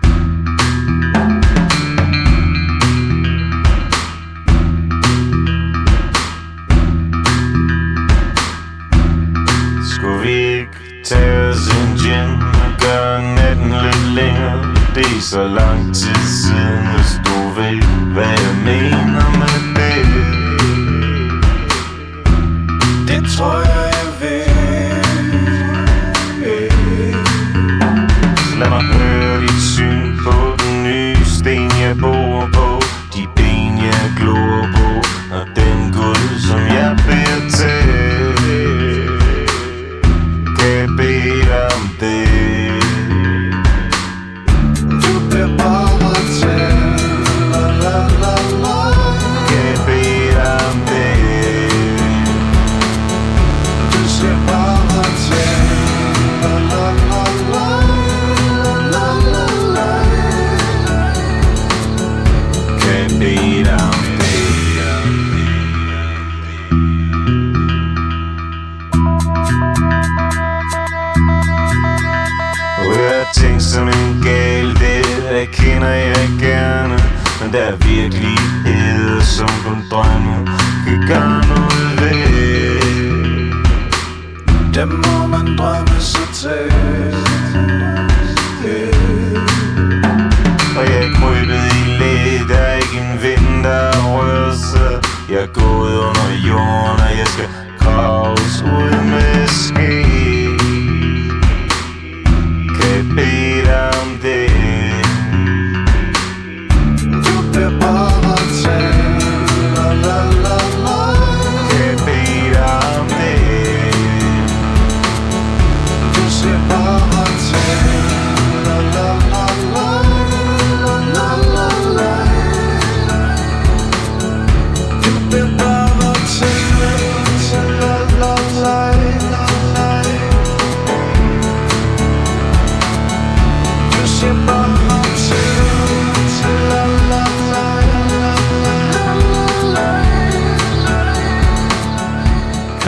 Skulle vi ikke tage os en gin og gøre natten lidt længere? Det er så lang tid siden, hvis du ved, hvad jeg mener med det. Det tror jeg vil. Så lad mig høre dit syn på den nye sten, jeg bor på. De ben, jeg glor på, og den guld, som jeg beder til. Kan jeg bede dig om det? Du bliver bare til. La la la la. Kan jeg bede dig om det? Du ser bare til. La la la la. La la la. Kan jeg bede dig om det? Ting som en gal, det kender jeg gerne. Men der er virkelighed, som kun drømme kan gøre noget ved. Der må man drømme så tæt. Og jeg er krybet i læ, der er ikke en vind, der rører sig. Jeg er gået under jorden, og jeg skal graves ud med ske. Bed om det. Du bliver bare til. La la la la. Kan bede om det.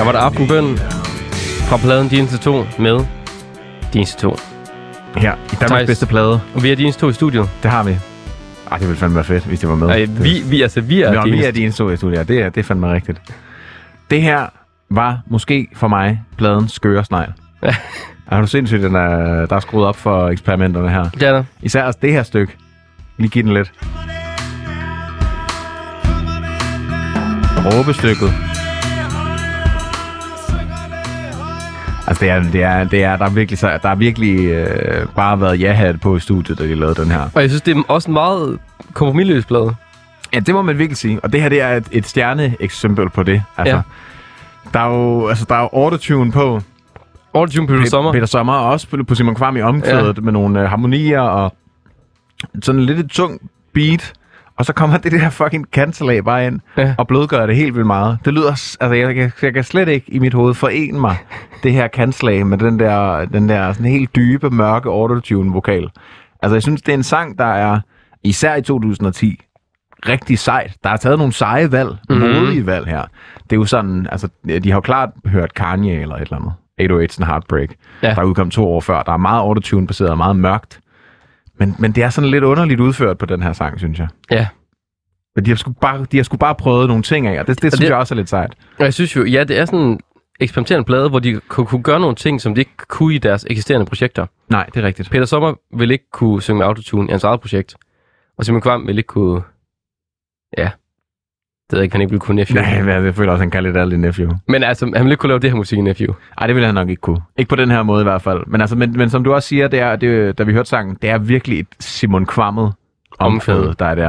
var der Aftenbøn fra pladen De Eneste To med De Eneste To. Her i Danmarks bedste plade. Og vi er De Eneste To i studiet. Det har vi. Det ville fandme være fedt, hvis det var med. Vi er De Eneste To i studiet. Det er fandme rigtigt. Det her var måske for mig pladens skøre snegl. Ja. Har du sindssygt, der er skruet op for eksperimenterne her? Det er der. Især også det her stykke. Lige giv den lidt. Råbestykket. Altså der er virkelig bare været ja-hat på i studiet, da de lavede den her. Og jeg synes, det er også en meget kompromisløs plade. Ja, det må man virkelig sige. Og det her, det er et stjerne-eksempel på det. Altså, der er jo autotune på. Autotune på Peter Sommer. Peter Sommer, og også på Simon Kvam i omkvædet med nogle harmonier og sådan lidt et tung beat. Og så kommer det der fucking kancelag bare ind og blødgør det helt vildt meget. Det lyder... Altså, jeg kan slet ikke i mit hoved forene mig det her kancelag med den der sådan helt dybe, mørke autotune-vokal. Altså, jeg synes, det er en sang, der er, især i 2010, rigtig sejt. Der er taget nogle seje valg, modige valg her. Det er jo sådan... Altså, de har jo klart hørt Kanye eller et eller andet. 808's and Heartbreak. Ja. Der udkom 2 år før. Der er meget autotune-baseret og meget mørkt. Men det er sådan lidt underligt udført på den her sang, synes jeg. Ja. De har sgu bare prøvet nogle ting af, og det synes jeg også er lidt sejt. Og jeg synes jo, det er sådan en eksperimenterende plade, hvor de kunne gøre nogle ting, som de ikke kunne i deres eksisterende projekter. Nej, det er rigtigt. Peter Sommer ville ikke kunne synge med autotune i hans eget projekt. Og Simon Kvam ville ikke kunne... Ja. Det ved jeg ikke, han ikke ville kunne Nephew. Nej, jeg føler også, han kalder det alt i Nephew. Men altså, han ville ikke kunne lave det her musik i Nephew. Nej, det ville han nok ikke kunne. Ikke på den her måde i hvert fald. Men altså, men som du også siger, da vi hørte sangen, det er virkelig et Simon Kvammet omkvæd, der er der.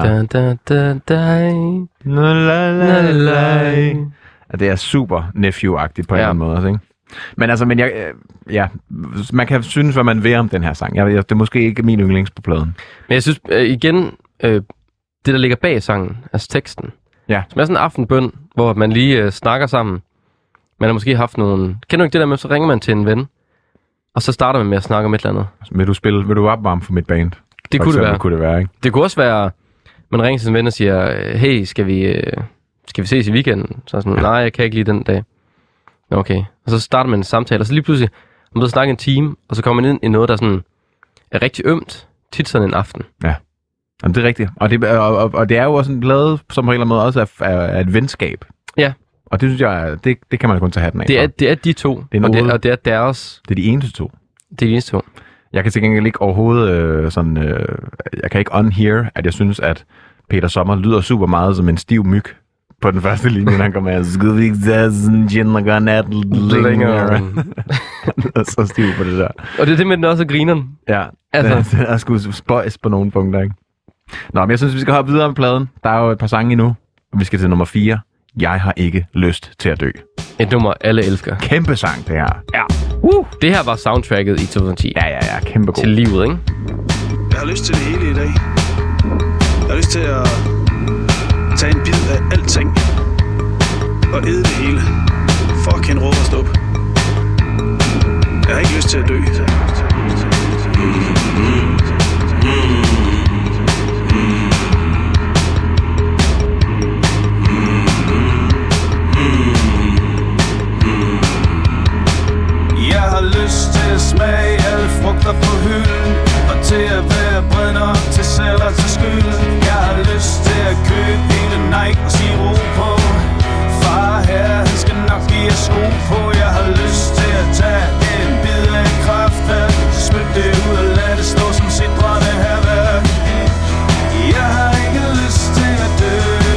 Ja, det er super Nephew-agtigt på en eller anden måde også, ikke? Men altså, man kan synes, hvad man vil om den her sang. Det er måske ikke min yndlings på pladen. Men jeg synes, igen, det der ligger bag sangen, altså teksten, som er sådan en aftenbøn, hvor man lige snakker sammen. Man har måske haft nogle... Kender du ikke det der med, så ringer man til en ven, og så starter man med at snakke om et eller andet. Vil du opvarme for mit band? Det kunne det være, ikke? Det kunne også være, man ringer til sin ven og siger, hey, skal vi ses i weekenden? Så sådan, nej, jeg kan ikke lige den dag. Okay. Og så starter man en samtale, og så lige pludselig, man ved at snakke en time, og så kommer man ind i noget, der sådan er rigtig ømt, tit sådan en aften. Ja. Jamen, det er rigtigt. Og det er jo også en plade, som på en eller anden måde også er et venskab. Ja. Og det synes jeg, det kan man kun tage hatten af. Det er de to, og det er deres... Det er de eneste to. Det er de eneste to. Jeg kan til gengæld ikke overhovedet jeg kan ikke unhear, at jeg synes, at Peter Sommer lyder super meget som en stiv myg på den første linje, han kommer med. Så stiv på det der. Og det er det med, den også er grineren. Ja, altså. Det er sgu spøjs på nogle punkter, ikke? Nå, men jeg synes, vi skal hoppe videre med pladen. Der er jo et par sange endnu, og vi skal til nummer 4. Jeg har ikke lyst til at dø. Et nummer, alle elsker. Kæmpe sang, det her. Ja. Det her var soundtracket i 2010. Ja, kæmpe god. Til livet, ikke? Jeg har lyst til det hele i dag. Jeg har lyst til at tage en bid af alting og æde det hele. Fucking råb og stop. Jeg har ikke lyst til at dø. Jeg har lyst til at smage alle frugter på hylden, og til at være bred nok til selv og til skyld. Jeg har lyst til at købe hele Nike og sige ro på. Far her, han skal nok give jer sko på. Jeg har lyst til at tage en bid af kraftværk, smyk det ud og lad det stå som sidrende herværk. Jeg har ikke lyst til at dø.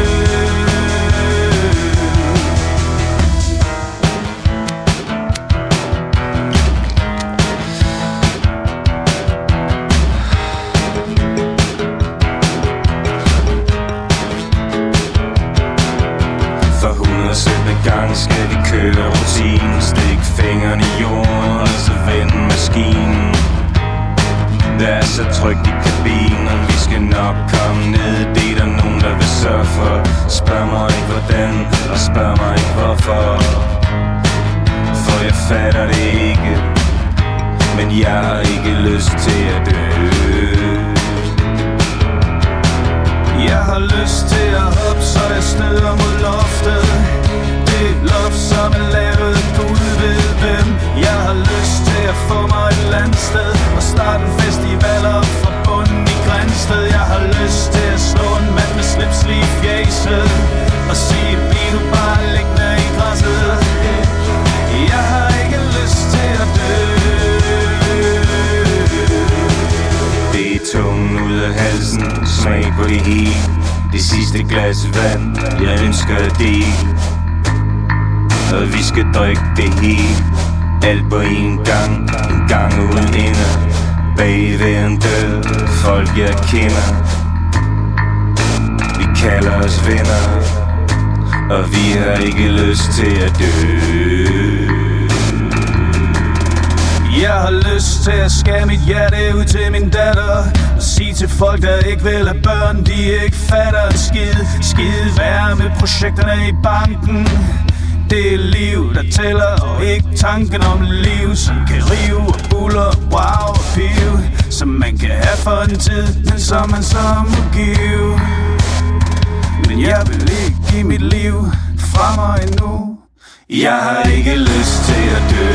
Gang skal vi køre rutinen, stik fingrene i jorden og så vende maskinen. Det er så trygt i kabinen, vi skal nok komme ned. Det er der nogen, der vil sørge for. Spørg mig ikke hvordan, og spørg mig ikke hvorfor. For jeg fatter det ikke, men jeg har ikke lyst til at dø. Jeg har lyst til at hoppe, så jeg støder mod loftet. Det loft, som er lavet Det sidste glas vand, jeg ønsker at dele. Og vi skal drikke det hele. Alt på en gang uden ende. Bag ved en død, folk jeg kender. Vi kalder os venner, og vi har ikke lyst til at dø. Jeg har lyst til at skære mit hjerte ud til min datter og sige til folk, der ikke vil have børn, de ikke fatter en skid. Skide være med projekterne i banken. Det er liv, der tæller, og ikke tanken om liv, som kan rive og buller, wow og pive, som man kan have for en tid, men som man så må give. Men jeg vil ikke give mit liv fra mig endnu. Jeg har ikke lyst til at dø.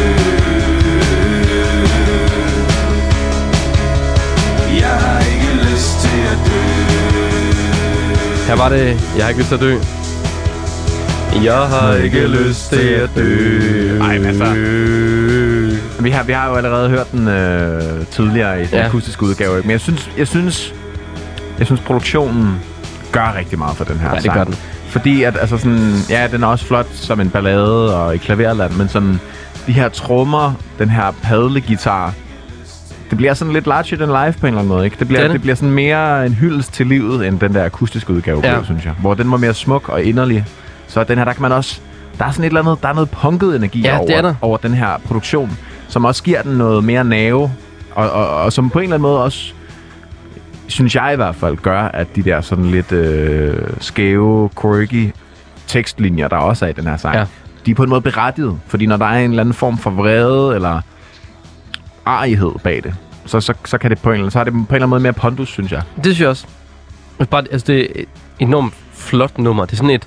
Jeg har ikke lyst til at dø. Her var det, jeg har ikke lyst til at dø. Jeg har ikke lyst til at dø. Ej, men altså, vi har jo allerede hørt den tidligere i den akustiske udgave, ikke? Men jeg synes produktionen gør rigtig meget for den her sang. Det gør den. Fordi at, altså sådan, ja, den er også flot som en ballade og i klaverland, men sådan de her trommer, den her padlegitar, det bliver sådan lidt larger than life på en eller anden måde, ikke? Det bliver sådan mere en hyldest til livet, end den der akustiske udgave, synes jeg. Hvor den var mere smuk og inderlig. Så den her, der kan man også... Der er sådan et eller andet... Der er noget punket energi over den her produktion, som også giver den noget mere nerve, og som på en eller anden måde også, synes jeg i hvert fald, gør, at de der sådan lidt skæve, quirky tekstlinjer, der også er i den her sang, de er på en måde berettiget. Fordi når der er en eller anden form for vrede, eller arighed bag det, så kan det på en eller anden måde mere pondus, synes jeg. Det synes jeg også. Altså, det er et enormt flot nummer. Det er sådan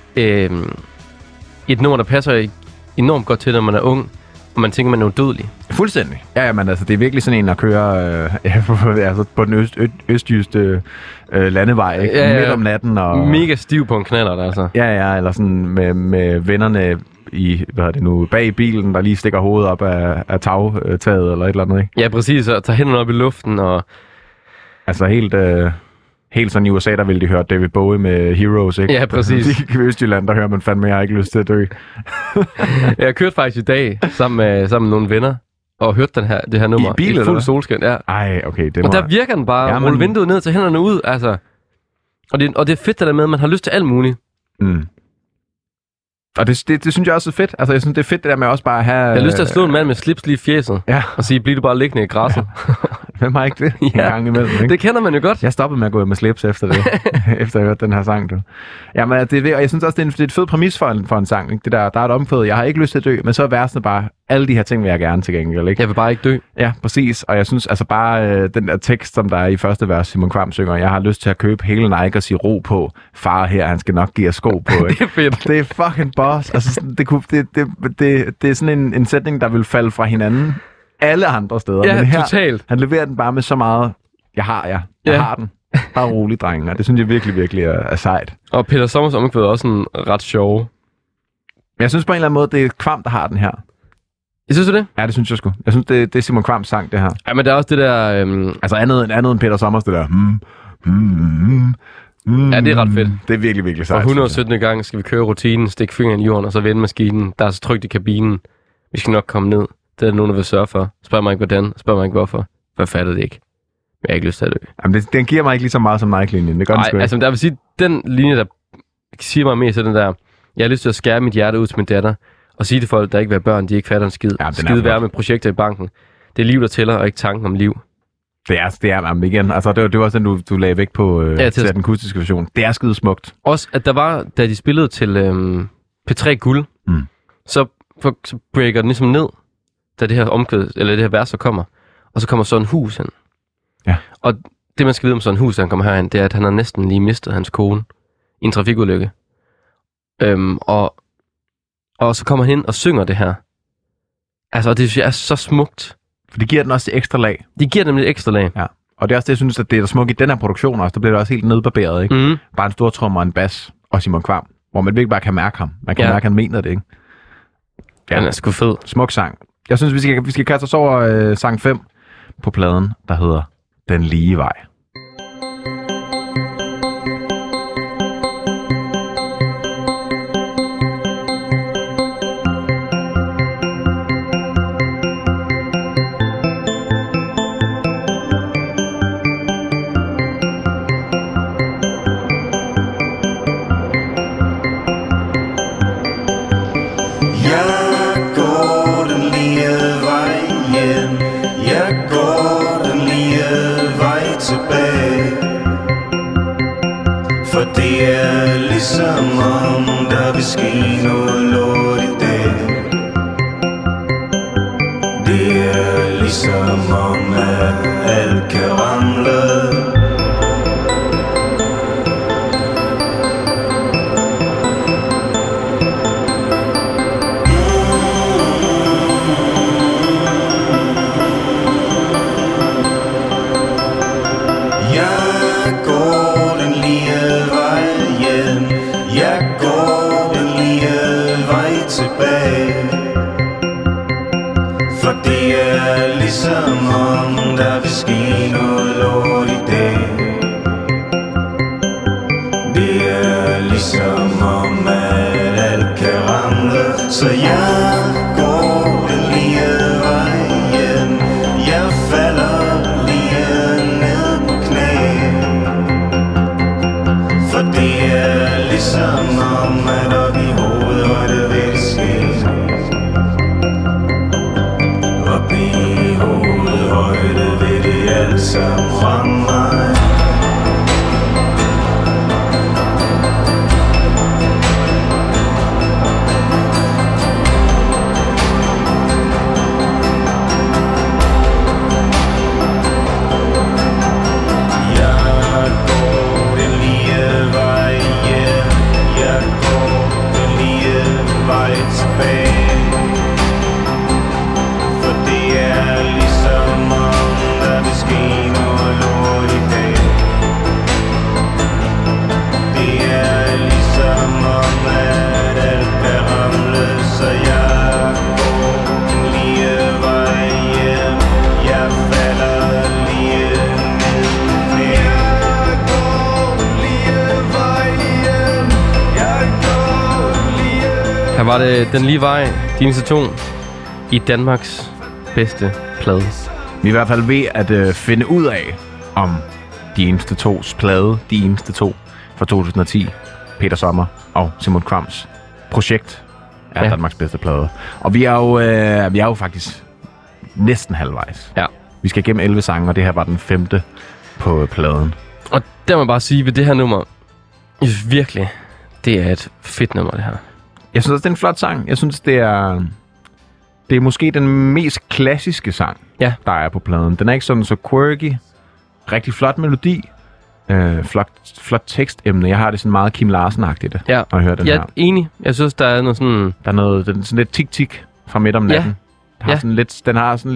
et nummer, der passer enormt godt til, når man er ung, og man tænker, man er udødelig. Fuldstændig. Ja, men altså, det er virkelig sådan en at køre altså på den østjyste landevej, ikke? Ja. Midt om natten. Og mega stiv på en knallert, altså. Ja, eller sådan med vennerne i, bag bilen, der lige stikker hovedet op af tagtaget, eller et eller andet, ikke? Ja, præcis, og tager hænderne op i luften, og... Altså helt sådan i USA, der ville de høre David Bowie med Heroes, ikke? Ja, præcis. I Østjylland, der hører man fandme, jeg har ikke lyst til at dø. Jeg kørte faktisk i dag sammen med nogle venner, og hørte det her nummer. I bil, i fuld solskin, ja. Ej, okay. Og der virker den bare, rulle vinduet ned, tage hænderne ud, altså. Og det er fedt det der med, at man har lyst til alt muligt. Mm. Og det synes jeg også er fedt. Altså, jeg synes, det er fedt det der med også bare at have... Jeg har lyst til at slå en mand med slips lige i fjeset, og sige, bliver du bare liggende i græsset. Ja. Hvem har ikke det en gang imellem, ikke? Det kender man jo godt. Jeg stoppede med at gå med slips efter det, efter jeg hørte den her sang, du. Jamen, og jeg synes også, det er et fed præmis for en sang, ikke? Det der er et omkvæd, jeg har ikke lyst til at dø, men så er versene bare, alle de her ting vil jeg gerne til gengæld, ikke? Jeg vil bare ikke dø. Ja, præcis. Og jeg synes altså bare, den der tekst, som der er i første vers, Simon Kvam synger, jeg har lyst til at købe hele Nike og sige ro på. Far her, han skal nok give os sko på, ikke? Det er fedt. Det er fucking boss. Altså, det er sådan en sætning, der vil falde fra hinanden alle andre steder. Ja, men her, totalt. Han leverer den bare med så meget, jeg har den. Bare rolig, drenge. Og det synes jeg virkelig, virkelig er sejt. Og Peter Sommers omkvæd er også en ret sjov. Men jeg synes på en eller anden måde, det er Kvam, der har den her. Jeg synes du det? Ja, det synes jeg sgu. Jeg synes, det er Simon Kvams sang, det her. Ja, men der er også det der... Altså andet end Peter Sommers, det der... Ja, det er ret fedt. Det er virkelig, virkelig sejt. For 117. gang skal vi køre rutinen, stikke fingeren i jorden, og så vende maskinen. Der er så trygt i kabinen. Vi skal nok komme ned. Det er der nogen, der vil sørge for. Spørg mig ikke, hvordan. Spørg mig ikke, hvorfor. Hvad fatter det ikke? Men jeg har ikke lyst til at dø. Jamen, den giver mig ikke lige så meget som Nike-linjen. Det gør den sgu ikke. Altså, der vil sige, den linje, der siger mig mest, er den der, jeg har lyst til at skære mit hjerte ud til min datter, og sige til folk, der ikke vil have børn, de ikke fatter en skid. Ja, skide være med projekter i banken. Det er liv, der tæller, og ikke tanken om liv. Det er igen. Altså, det var også den, du lagde væk på til den akustiske version. Det er skide smukt. Også, at der var, da de spillede til P3 Guld, så breaker den ligesom ned, da det her omkvæd, eller det her vers, så kommer. Og så kommer Søren Hus hen. Ja. Og det, man skal vide om Søren Hus, da han kommer herhen, det er, at han har næsten lige mistet hans kone i en trafikulykke. Og så kommer han ind og synger det her. Altså, det er så smukt. For det giver den også et ekstra lag. Det giver dem et ekstra lag. Ja. Og det er også det, jeg synes, at det er smukt i den her produktion også. Der bliver det også helt nedbarberet, ikke? Mm. Bare en stor trommer og en bas og Simon Kvam. Hvor man virkelig bare kan mærke ham. Man kan mærke, at han mener det, ikke? Ja, den er sgu fed. Smuk sang. Jeg synes, vi skal kaste os over sang 5 på pladen, der hedder Den lige vej. For det er ligesom om der vil ske noget lort i dag. Det er ligesom om at alt kan ramle. Ligesom om der vil ske noget lort i dag. Det er ligesom om at alt kan ramle. Så jeg går den lige vej hjem. Jeg falder lige ned på knæ. For det er ligesom om at op i hovedet hvor det vil ske. Op i hovedet højde vil det alt sammen ramme mig. Jeg går den lige vej hjem. Jeg går den lige vej tilbage. Her var det Den Lige Vej, de eneste to i Danmarks bedste plade. Vi er i hvert fald ved at finde ud af, om de eneste tos plade, de eneste to fra 2010, Peter Sommer og Simon Krams projekt er Danmarks bedste plade. Og vi er jo faktisk næsten halvvejs. Ja. Vi skal igennem 11 sange, og det her var den 5. på pladen. Og der må jeg bare sige, ved det her nummer, virkelig, det er et fedt nummer, det her. Jeg synes også, det er en flot sang. Jeg synes, det er måske den mest klassiske sang, der er på pladen. Den er ikke sådan så quirky. Rigtig flot melodi. Flot tekstemne. Jeg har det sådan meget Kim Larsen-agtigt, når jeg hører den her. Jeg er enig. Jeg synes, der er noget sådan... Der er noget sådan lidt tik-tik fra midt om natten. Den har sådan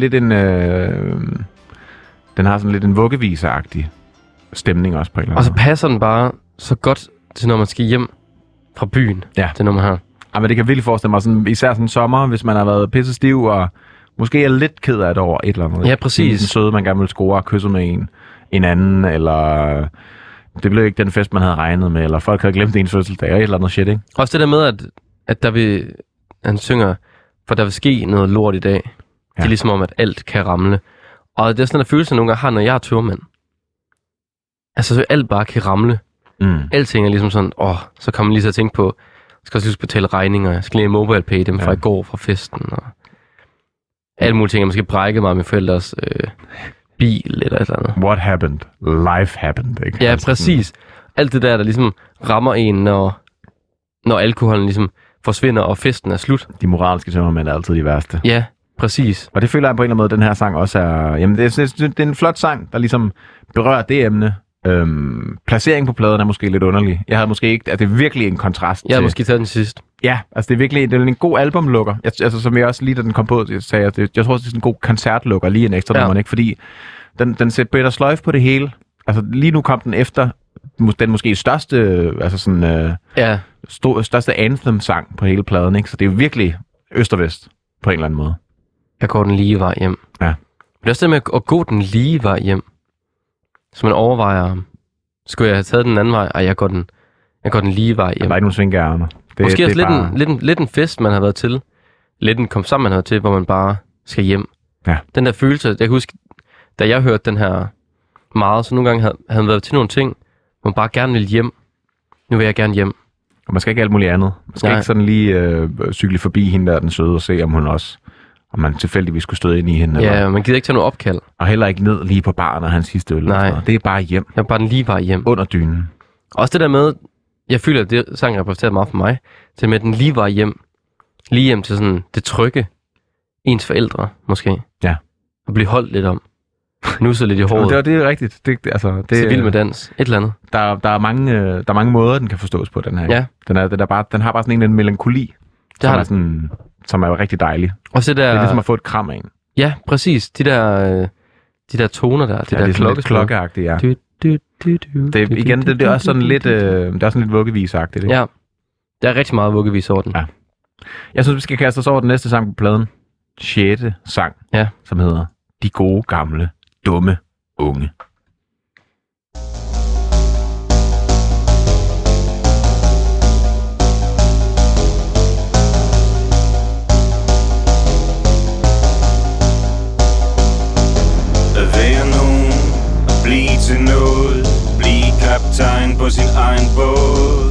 lidt en vuggeviseagtig stemning også på en eller anden måde. Og så passer den bare så godt til, når man skal hjem fra byen. Ja. Det nummer her. Ja, men det kan virkelig forestille mig, sådan, især sådan en sommer, hvis man har været pisse stiv og måske er lidt ked af det over et eller andet. Ja, præcis. En søde, man gerne vil score og kysse med en anden, eller det blev ikke den fest, man havde regnet med, eller folk havde glemt ens fødselsdag, og et eller andet shit, ikke? Også det der med, at der vil, han synger, for der vil ske noget lort i dag. Det er ligesom om, at alt kan ramle. Og det er sådan en følelse, jeg nogle gange har, når jeg er tørmand. Altså, så alt bare kan ramle. Alting er ligesom sådan, så kommer man lige så at tænke på, jeg skal også lige betale regninger, jeg skal lige MobilePay dem fra i går fra festen, og alle mulige ting, jeg måske brække mig med forældres bil eller et eller andet. What happened? Life happened, ikke? Ja, præcis. Alt det der ligesom rammer en, når alkoholen ligesom forsvinder, og festen er slut. De moralske tømmermænd er altid de værste. Ja, præcis. Og det føler jeg på en eller anden måde, den her sang også er... Jamen, det er en flot sang, der ligesom berører det emne. Placering på pladen er måske lidt underlig. Jeg havde måske ikke... Altså, det er virkelig en kontrast til... Jeg havde måske taget den sidst. Ja, altså det er virkelig en god albumlukker. Altså, som jeg også lige, da den kom på, sagde jeg tror, det er sådan en god koncertlukker, lige en ekstra nummer, ikke? Fordi den sætter Peter sløjf på det hele. Altså, lige nu kom den efter den måske største, altså sådan... største anthem-sang på hele pladen, ikke? Så det er jo virkelig øst og vest, på en eller anden måde. Jeg går den lige vej hjem. Ja. Men det er også det med at gå den lige vej hjem. Så man overvejer, skulle jeg have taget den anden vej, og jeg går den lige vej hjem. Der er ikke nogen svinkeærmer. Måske også lidt en fest, man har været til. Lidt en kom sammen, man har været til, hvor man bare skal hjem. Ja. Den der følelse, jeg kan huske, da jeg hørte den her meget, så nogle gange havde han været til nogle ting, hvor man bare gerne ville hjem. Nu vil jeg gerne hjem. Og man skal ikke alt muligt andet. Man skal ikke sådan lige cykle forbi hende der, den søde, og se, om man tilfældigvis skulle støde ind i hende. Ja, eller... man gider ikke tage noget opkald. Og heller ikke ned lige på baren og hans sidste øl. Nej. Det er bare hjem. Jeg er bare den lige vej hjem. Under dynen. Også det der med, jeg føler, at det sang repræsenterer meget for mig, til med, at den lige var hjem til sådan det trygge, ens forældre måske. Ja. Og blive holdt lidt om. Nu så lidt i håret. Det er rigtigt. Det er vild med dans. Et eller andet. Der er mange måder, den kan forstås på, den her. Ja. Den har bare sådan en melankoli, som er rigtig dejlig. Og så det er ligesom at få et kram af en. Ja, præcis. De der toner der. Det er sådan lidt klokkeagtigt, ja. Det er også sådan lidt, det er sådan lidt vuggevisagtigt, ikke? Ja. Der er rigtig meget vuggevis over den. Ja. Jeg synes, vi skal kaste os over den næste sang på pladen. 6. sang, som hedder De gode gamle, dumme unge. At være nogen, at blive til noget, blive kaptajn på sin egen båd.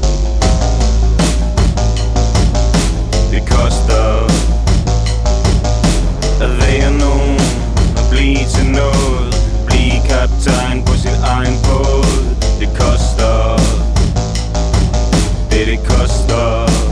Det koster at være nogen, at blive til noget, blive kaptajn på sin egen båd. Det koster, det koster.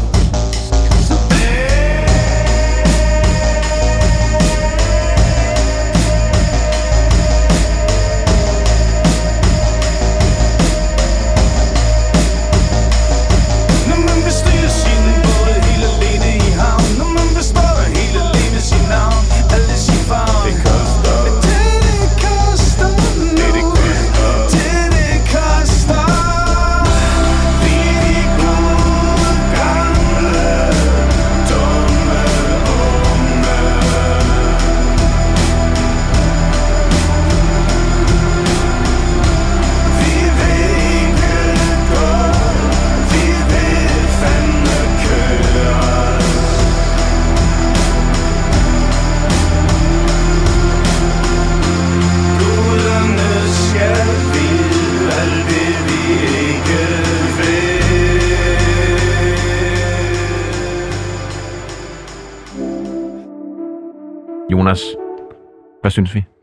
Jonas, hvad synes vi?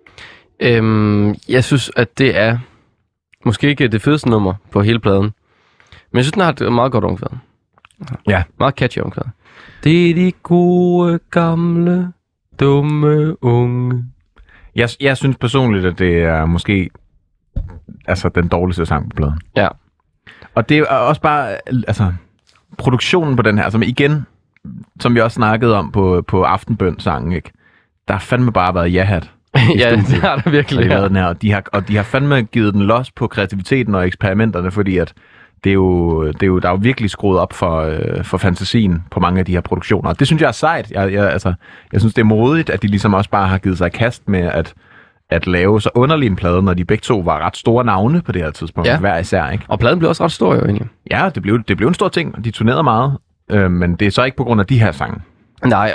Jeg synes, at det er måske ikke det fedeste nummer på hele pladen. Men jeg synes, den har et meget godt omkvæd. Ja. Meget catchy omkvæd. Det er de gode, gamle, dumme unge. Jeg synes personligt, at det er måske den dårligste sang på pladen. Ja. Og det er også bare, produktionen på den her, som igen, som vi også snakkede om på Aftenbøn-sangen, ikke? Der har fandme bare været ja-hat. Ja, det har der virkelig. Den her. Og de har fandme givet den los på kreativiteten og eksperimenterne, fordi at der er jo virkelig skruet op for fantasien på mange af de her produktioner. Det synes jeg er sejt. Jeg synes, det er modigt, at de ligesom også bare har givet sig i kast med at lave så underlig en plade, når de begge to var ret store navne på det her tidspunkt, hver især, ikke? Og pladen blev også ret stor jo egentlig. Ja, det blev en stor ting, og de turnerede meget, men det er så ikke på grund af de her sange. Nej,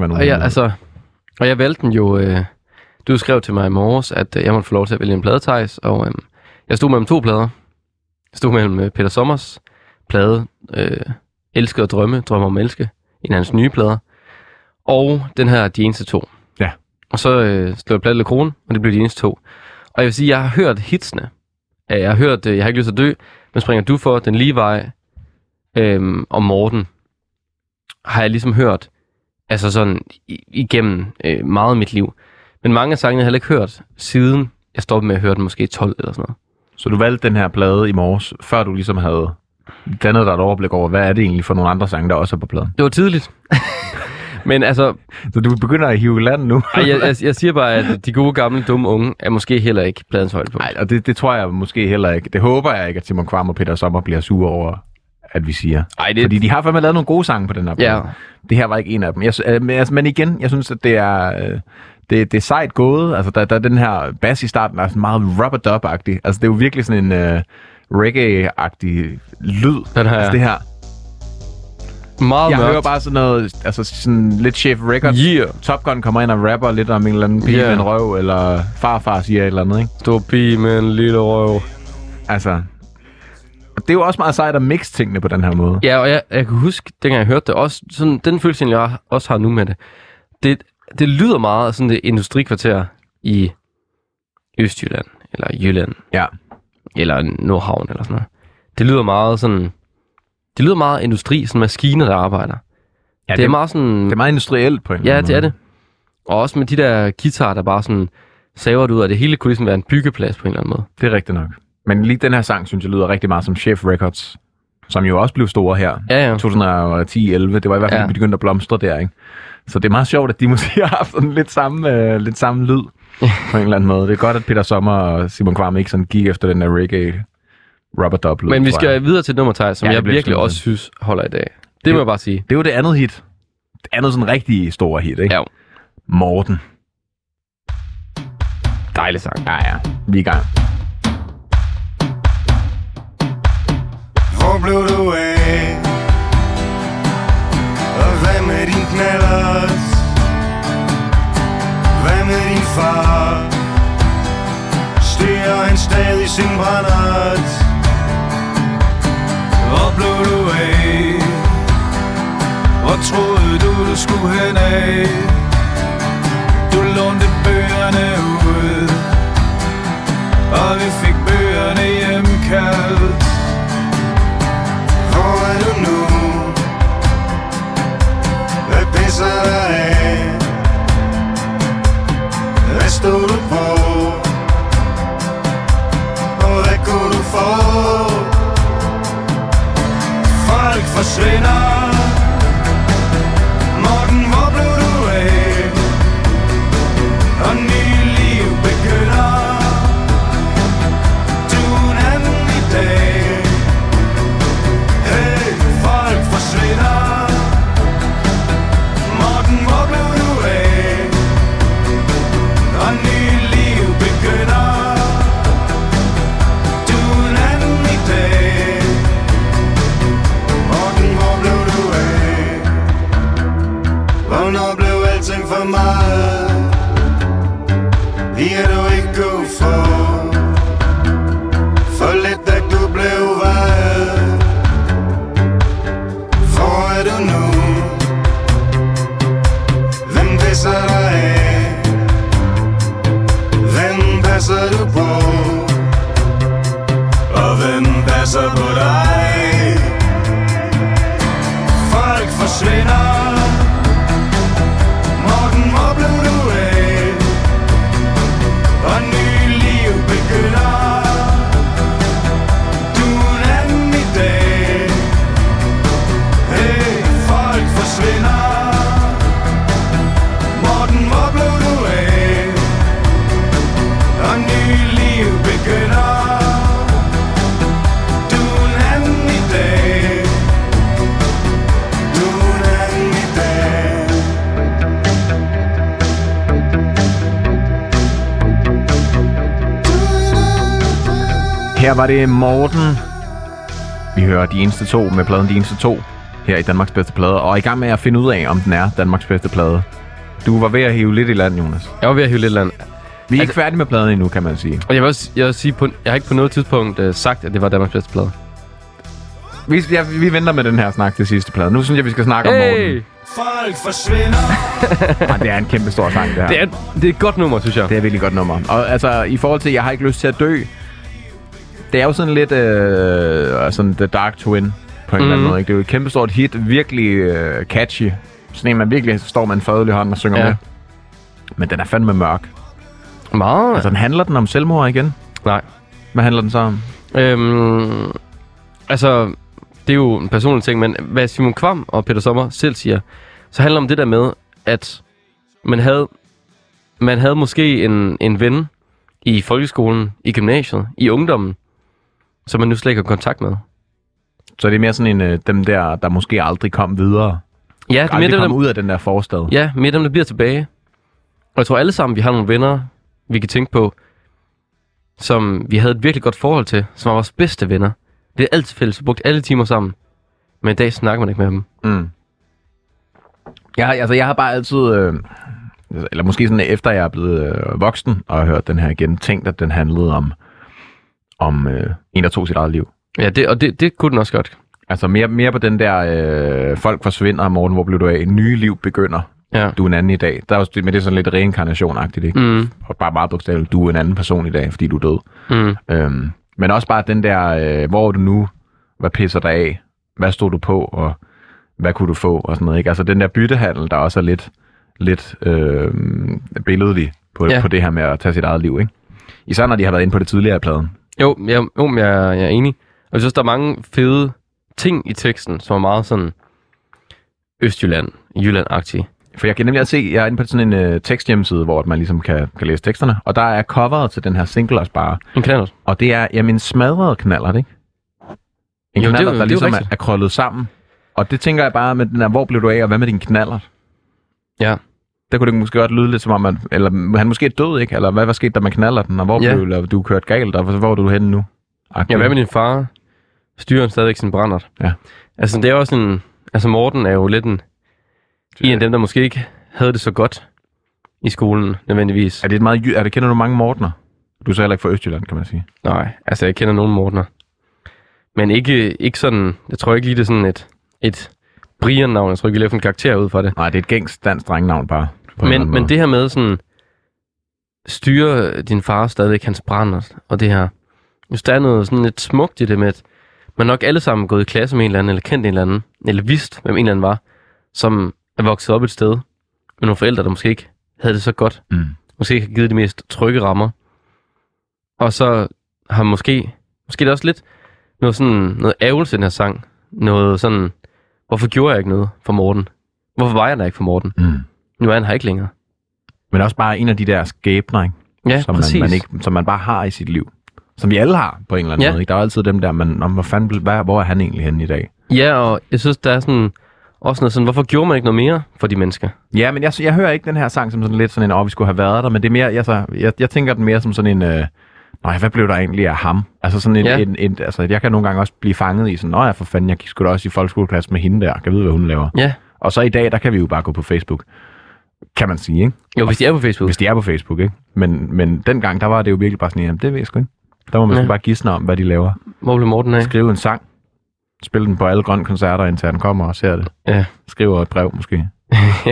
og jeg valgte den jo. Du skrev til mig i morges, at jeg måtte få lov til at vælge en plade, Theis, og jeg stod mellem to plader. Jeg stod mellem Peter Sommers plade, Elske og Drømme, Drømme om Elske, en af hans nye plader, og den her De Eneste To. Ja. Og så slog jeg plade Krone, og det blev De Eneste To. Og jeg vil sige, jeg har hørt hitsene. Jeg har hørt Jeg har ikke lyst til at dø, men Springer du for, Den lige vej, og Morten, har jeg ligesom hørt altså sådan igennem meget af mit liv. Men mange af sangene har jeg heller ikke hørt, siden jeg stoppede med at høre den måske 12 eller sådan noget. Så du valgte den her plade i morges, før du ligesom havde dannet dig et overblik over, hvad er det egentlig for nogle andre sange, der også er på pladen? Det var tidligt. Men altså... Så du begynder at hive land nu? jeg siger bare, at De gode gamle dumme unge er måske heller ikke pladens højdepunkt. Nej, og det tror jeg måske heller ikke. Det håber jeg ikke, at Simon Kvam og Peter Sommer bliver sure over, at vi siger. Fordi de har fandme lavet nogle gode sange på den her plade. Ja. Det her var ikke en af dem. Men igen, jeg synes, at det er... Det er sejt gået. Altså, der er den her bass i starten, der er sådan meget rubber-dub-agtig. Altså, det er jo virkelig sådan en reggae-agtig lyd. Den her, altså, det her. Meget jeg mørkt. hører bare sådan noget, altså sådan lidt Chef Records. Yeah. Top Gun kommer ind og rapper lidt om en eller anden pige med en røv, eller farfar siger et eller andet, ikke? Stor pige med en lille røv. Altså, det er jo også meget sejt at mixe tingene på den her måde. Ja, og jeg kan huske, dengang jeg hørte det, også sådan, den følelse, jeg også har nu med det. Det lyder meget af sådan det industrikvarter i Østjylland, eller Jylland, ja, eller Nordhavn, eller sådan noget. det lyder meget sådan... Det lyder meget industri, sådan maskiner, der arbejder. Ja, det er meget sådan... Det er meget industrielt på en Ja, måde. det er det. Og også med de der guitarer, der bare sådan saver det ud af det hele, kunne ligesom være en byggeplads på en eller anden måde. Det er rigtigt nok. Men lige den her sang, synes jeg, lyder rigtig meget som Chef Records, som jo også blev store her. Ja. 2010-11, det var i hvert fald, de begyndte at blomstre der, ikke? Så det er meget sjovt, at de måske har haft sådan lidt samme lyd på en eller anden måde. Det er godt, at Peter Sommer og Simon Kvam ikke sådan gik efter den der reggae rubber-dub. Men vi skal videre til et nummer, Thijs, som jeg virkelig spændende. også synes holder i dag. Det må jeg bare sige. Det er jo det andet hit. Det andet sådan rigtig store hit, ikke? Ja. Morten. Dejlig sang. Ja. Vi er i gang. Hvor blev du af? Og hvad med din knallert? Hvad med din far? Styrer han stadig sin brændert? Hvor blev du af? Hvor troede du skulle hen af? Du lånte bøgerne ud, og vi fik bøgerne hjemkaldt. Hvor er du nu? Hvad pisser dig af? Hvad stod du på? Og hvad kunne du få? Folk forsvinder. Morten, hvor blev du af? Og nye liv begynder. Du er en anden i dag. Hey, folk forsvinder. Morten, hvor blev du af? Og nye liv begynder. Du er en anden i dag. Morten, hvor blev du af? Hvornår blev alting for meget? Vi kan du ikke gå for. For lidt da du blev vred. Hvor er du nu? Hvem pisser dig af? Hvem passer du på? Og hvem passer på dig? Folk forsvinder. Morten, hvor blev du af? Og nye liv begynder. Du er en anden i dag. Hey, folk forsvinder. Morten, hvor blev du af? Og nye liv begynder. Du er en anden i dag. Du er en anden i dag. Her var det Morten. Vi hører De Eneste To med pladen De Eneste To her i Danmarks Bedste Plade, og er i gang med at finde ud af, om den er Danmarks bedste plade. Du var ved at hive lidt i land, Jonas. Jeg var ved at hive lidt land. Vi er ikke færdige med pladen endnu, kan man sige. Og jeg vil sige, jeg har ikke på noget tidspunkt sagt, at det var Danmarks bedste plade. Vi venter med den her snak til sidste plade. Nu synes jeg, vi skal snakke om Morten. Folk forsvinder. Det er en kæmpe stor sang, det her. Det er et godt nummer, synes jeg. Det er et virkelig godt nummer. Og altså, i forhold til, jeg har ikke lyst til at dø, det er jo sådan lidt sådan The Dark Twin på en eller anden måde. Ikke? Det er jo et kæmpe stort hit, virkelig catchy. Sådan en, man virkelig står med en fadelig hånd og synger med. Men den er fandme mørk. Meget. Altså, handler den om selvmord igen? Nej. Hvad handler den så om? Altså, det er jo en personlig ting, men hvad Simon Kvam og Peter Sommer selv siger, så handler det om det der med, at man havde måske en ven i folkeskolen, i gymnasiet, i ungdommen, som man nu slet ikke har kontakt med. Så det er mere sådan en dem der måske aldrig kom videre. Ja, det er mere aldrig dem, kom ud af den der forstad. Ja, mere dem, der bliver tilbage. Og jeg tror alle sammen, vi har nogle venner, vi kan tænke på, som vi havde et virkelig godt forhold til, som var vores bedste venner. Det er altid fælles, vi brugte alle timer sammen. Men i dag snakker man ikke med dem. Mm. Jeg har bare altid, eller måske sådan efter jeg er blevet voksen og har hørt den her igen, tænkt, at den handlede om en, der tog sit eget liv. Ja, det kunne den også godt. Altså mere på den der, folk forsvinder, Morten, hvor blev du af? Nye liv begynder. Ja. Du er en anden i dag. Der er også, men det er sådan lidt reinkarnation-agtigt, ikke? Mm. Og bare meget bogstaveligt, du er en anden person i dag, fordi du er død. Men også bare den der, hvor er du nu? hvad pisser der af? Hvad stod du på, og hvad kunne du få? Og sådan noget, ikke? Altså den der byttehandel, der også er lidt billedlig på det her med at tage sit eget liv, ikke? Især når de har været inde på det tidligere af pladen. Jo, jeg er enig. Og jeg synes, der er mange fede ting i teksten, som er meget sådan Jylland-agtige. For jeg kan nemlig se, jeg er inde på sådan en teksthjemmeside, hvor man ligesom kan læse teksterne, og der er coveret til den her single også bare. En knallert. Og det er, en smadret knallert, ikke? En knallert, der ligesom er krøllet sammen. Og det tænker jeg bare med den her, hvor blev du af, og hvad med din knallert? Ja. Der kunne det måske godt lyde lidt som om, han måske er død, ikke? Eller hvad var sket der med knallerten, og hvor blev du kørt galt, og hvor er du henne nu? Ja, hvad med din far? Styrer han stadigvæk sin brændert? Ja. Altså, det er også en... Altså, Morten er jo lidt en af dem, der måske ikke havde det så godt i skolen, nødvendigvis. Er det et meget... kender du mange Mortener? Du er så heller ikke fra Østjylland, kan man sige. Nej, altså, jeg kender nogle Mortener. Men ikke sådan... Jeg tror ikke lige, det er sådan et Brian-navn. Jeg tror ikke, vi laver en karakter ud fra det. Nej, det er et gængs dansk drengenavn bare. Men det her med sådan... Styre din far stadigvæk hans brændert, og det her... Hvis der er noget sådan lidt smukt i det med, at man nok alle sammen gået i klasse med en eller anden, eller kendt en eller anden, eller vidst, hvem en eller anden var, som er vokset op et sted med nogle forældre, der måske ikke havde det så godt. Måske ikke har givet de mest trygge rammer. Og så har måske det også lidt noget ærgelse i den her sang. Noget sådan, hvorfor gjorde jeg ikke noget for Morten? Hvorfor var jeg der ikke for Morten? Nu er han her ikke længere. Men også bare en af de der skæbner, ikke? Ja, som man bare har i sit liv. Som vi alle har på en eller anden måde. Ikke? Der er altid dem der, hvor er han egentlig henne i dag? Ja, og jeg synes, der er sådan, også noget sådan, hvorfor gjorde man ikke noget mere for de mennesker? Ja, men jeg hører ikke den her sang som sådan lidt sådan en, vi skulle have været der, men det er mere, jeg tænker den mere som sådan en, hvad blev der egentlig af ham? Altså sådan altså jeg kan nogle gange også blive fanget i sådan, for fanden, jeg skulle da også i folkeskoleklasse med hende der, kan vide, hvad hun laver. Ja. Og så i dag, der kan vi jo bare gå på Facebook, kan man sige, ikke? Jo, hvis de er på Facebook. Hvis de er på Facebook, ikke? Men dengang, der var det jo virkelig bare sådan, jamen, det ved jeg sgu ikke. Der må man bare gisne om, hvad de laver. Hvor blev Morten af? Skrive en sang. Spille den på alle grønne koncerter, indtil han kommer og ser det. Ja. Skriver et brev, måske. Ja.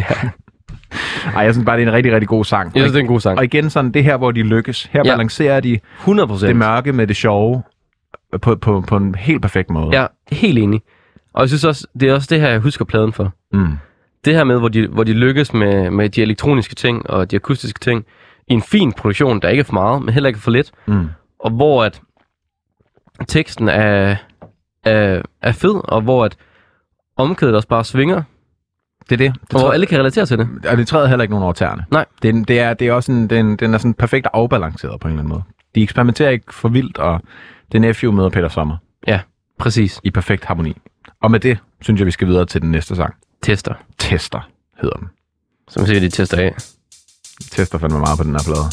Ej, jeg synes bare, det er en rigtig, rigtig god sang. Jeg synes, det er en god sang. Og igen sådan, det her, hvor de lykkes. Her balancerer de 100%. Det mørke med det sjove på en helt perfekt måde. Ja, helt enig. Og jeg synes også, det er også det her, jeg husker pladen for. Det her med, hvor de lykkes med de elektroniske ting og de akustiske ting i en fin produktion, der ikke er for meget, men heller ikke for lidt. Og hvor at teksten er fed, og hvor at omkvædet også bare svinger. Det er det. Og hvor alle kan relatere til det. Og det træder heller ikke nogen over tæerne. Nej. Det er også den er sådan perfekt afbalanceret på en eller anden måde. De eksperimenterer ikke for vildt, og det er Nephew møder Peter Sommer. Ja, præcis. I perfekt harmoni. Og med det, synes jeg, vi skal videre til den næste sang. Tester hedder den. Så man siger, de tester af. Tester fandme meget på den her plade.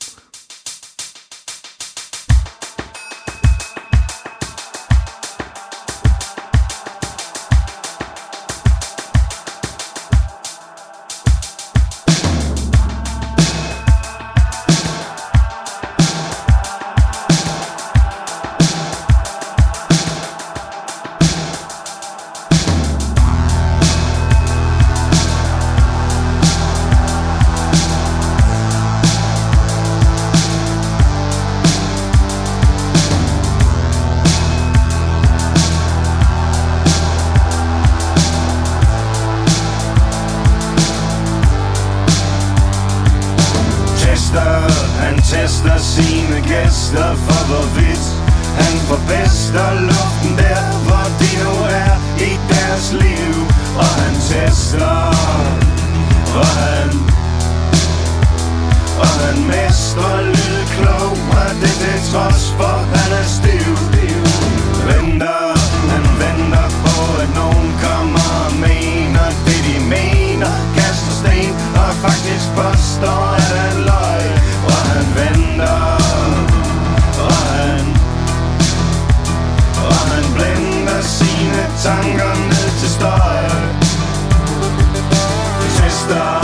tester sine gæster for hvorvidt han forpester luften der, hvor de nu er i deres liv. Og han tester, og han mestrer lydklog, og det til trods for han er stiv. Han venter på at nogen kommer og mener det de mener, kaster sten og faktisk påstår at han løg. Og han venter, og han blænder sine tanker ned til støj. Tester.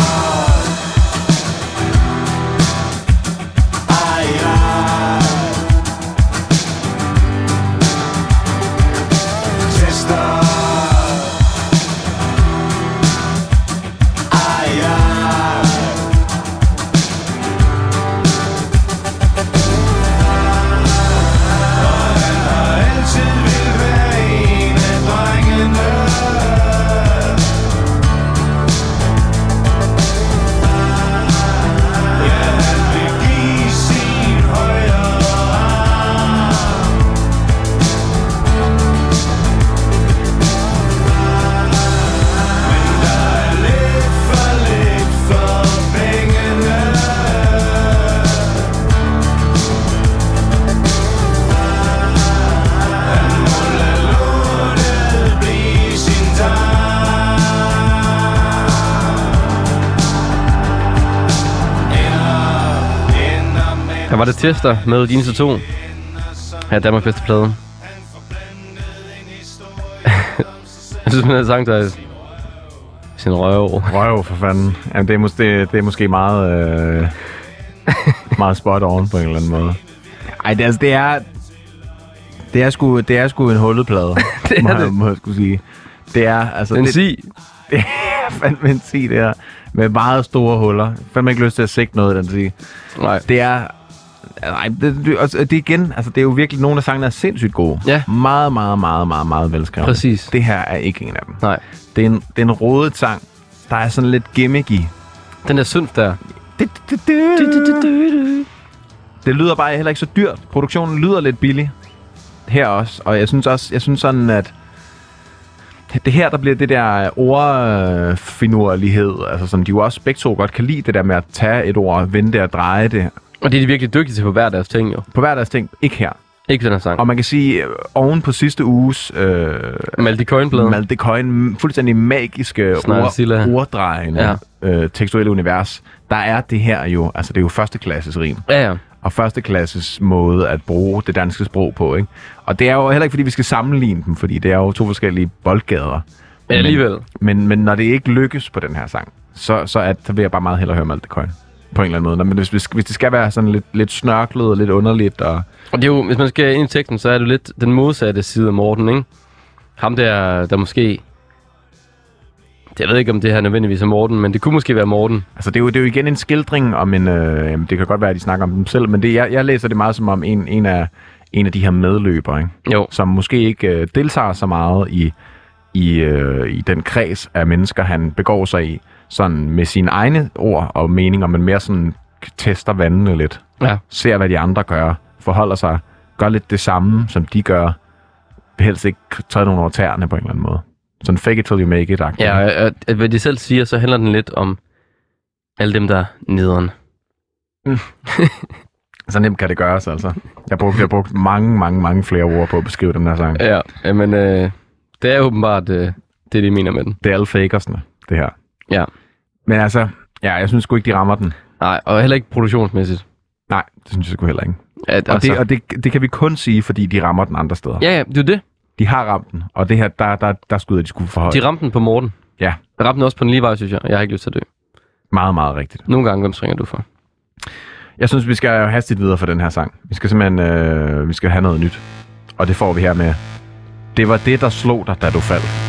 var det Tester med Dine 2. Her er Danmarks bedste plade. Jeg synes, man har sagt, at sin røv for fanden. Jamen, det er måske meget, meget spot on på en eller anden måde. Ej, det er sgu en hullet plade. må jeg skulle sige. Det er altså en si. Det er fandme en si, det her. Med meget store huller. Jeg fandme ikke lyst til at sigte noget, den si. Nej. Det er... Nej, det igen, altså det er jo virkelig nogle af sangene er sindssygt gode. Ja. Meget, meget, meget, meget, meget velskrevet. Præcis. Det her er ikke en af dem. Nej. Det er en rodet sang, der er sådan lidt gimmicky. Den der synth der. Det lyder bare heller ikke så dyrt. Produktionen lyder lidt billig. Her også. Og jeg synes sådan, at det her, der bliver det der ordfinurlighed, altså som de jo også begge to godt kan lide, det der med at tage et ord, vende det og dreje det. Og det er de virkelig dygtige til på hver deres ting, jo. På hver deres ting. Ikke her. Ikke den her sang. Og man kan sige, oven på sidste uges Malte Coyne-plade. Malte Coyne, fuldstændig magiske orddrejende tekstuelle univers, der er det her jo, altså det er jo førsteklasses rim. Ja. Og førsteklasses måde at bruge det danske sprog på, ikke? Og det er jo heller ikke, fordi vi skal sammenligne dem, fordi det er jo to forskellige boldgader. Ja, alligevel. Men når det ikke lykkes på den her sang, så vil jeg bare meget hellere høre Malte Coyne. På en eller anden måde. Men hvis det skal være sådan lidt snørklet og lidt underligt. Og det er jo, hvis man skal ind i teksten, så er det jo lidt den modsatte side af Morten, ikke? Ham der måske... Jeg ved ikke, om det her nødvendigvis er Morten, men det kunne måske være Morten. Altså, det er jo igen en skildring om en... det kan godt være, at de snakker om dem selv, men jeg læser det meget som om en af de her medløbere, ikke? Jo. Som måske ikke deltager så meget i den kreds af mennesker, han begår sig i. Sådan med sine egne ord og meninger, men mere sådan tester vandene lidt. Ja. Ser, hvad de andre gør. Forholder sig. Gør lidt det samme, som de gør. Helst ikke træde nogen over tæerne på en eller anden måde. Sådan fake it till you make it-agtigt. Ja, og hvad de selv siger, så handler den lidt om alle dem, der er nederen. Så nemt kan det gøres, altså. Jeg har brugt mange flere ord på at beskrive den her sang. Ja, men det er åbenbart det, de mener med den. Det er alle fakersne, det her. Ja. Men altså, jeg synes sgu ikke, de rammer den. Nej, og heller ikke produktionsmæssigt. Nej, det synes jeg sgu heller ikke. Ja, og det kan vi kun sige, fordi de rammer den andre steder. Ja, det er det. De har ramt den, og det her, der skulle de skulle forholde. De ramte den på Morten. Ja. Jeg ramte den også på den lige vej, synes jeg. Jeg har ikke lyst til at dø. Meget, meget rigtigt. Nogle gange, hvem springer du for? Jeg synes, vi skal hastigt videre for den her sang. Vi skal simpelthen vi skal have noget nyt. Og det får vi her med. Det var det, der slog dig, da du faldt.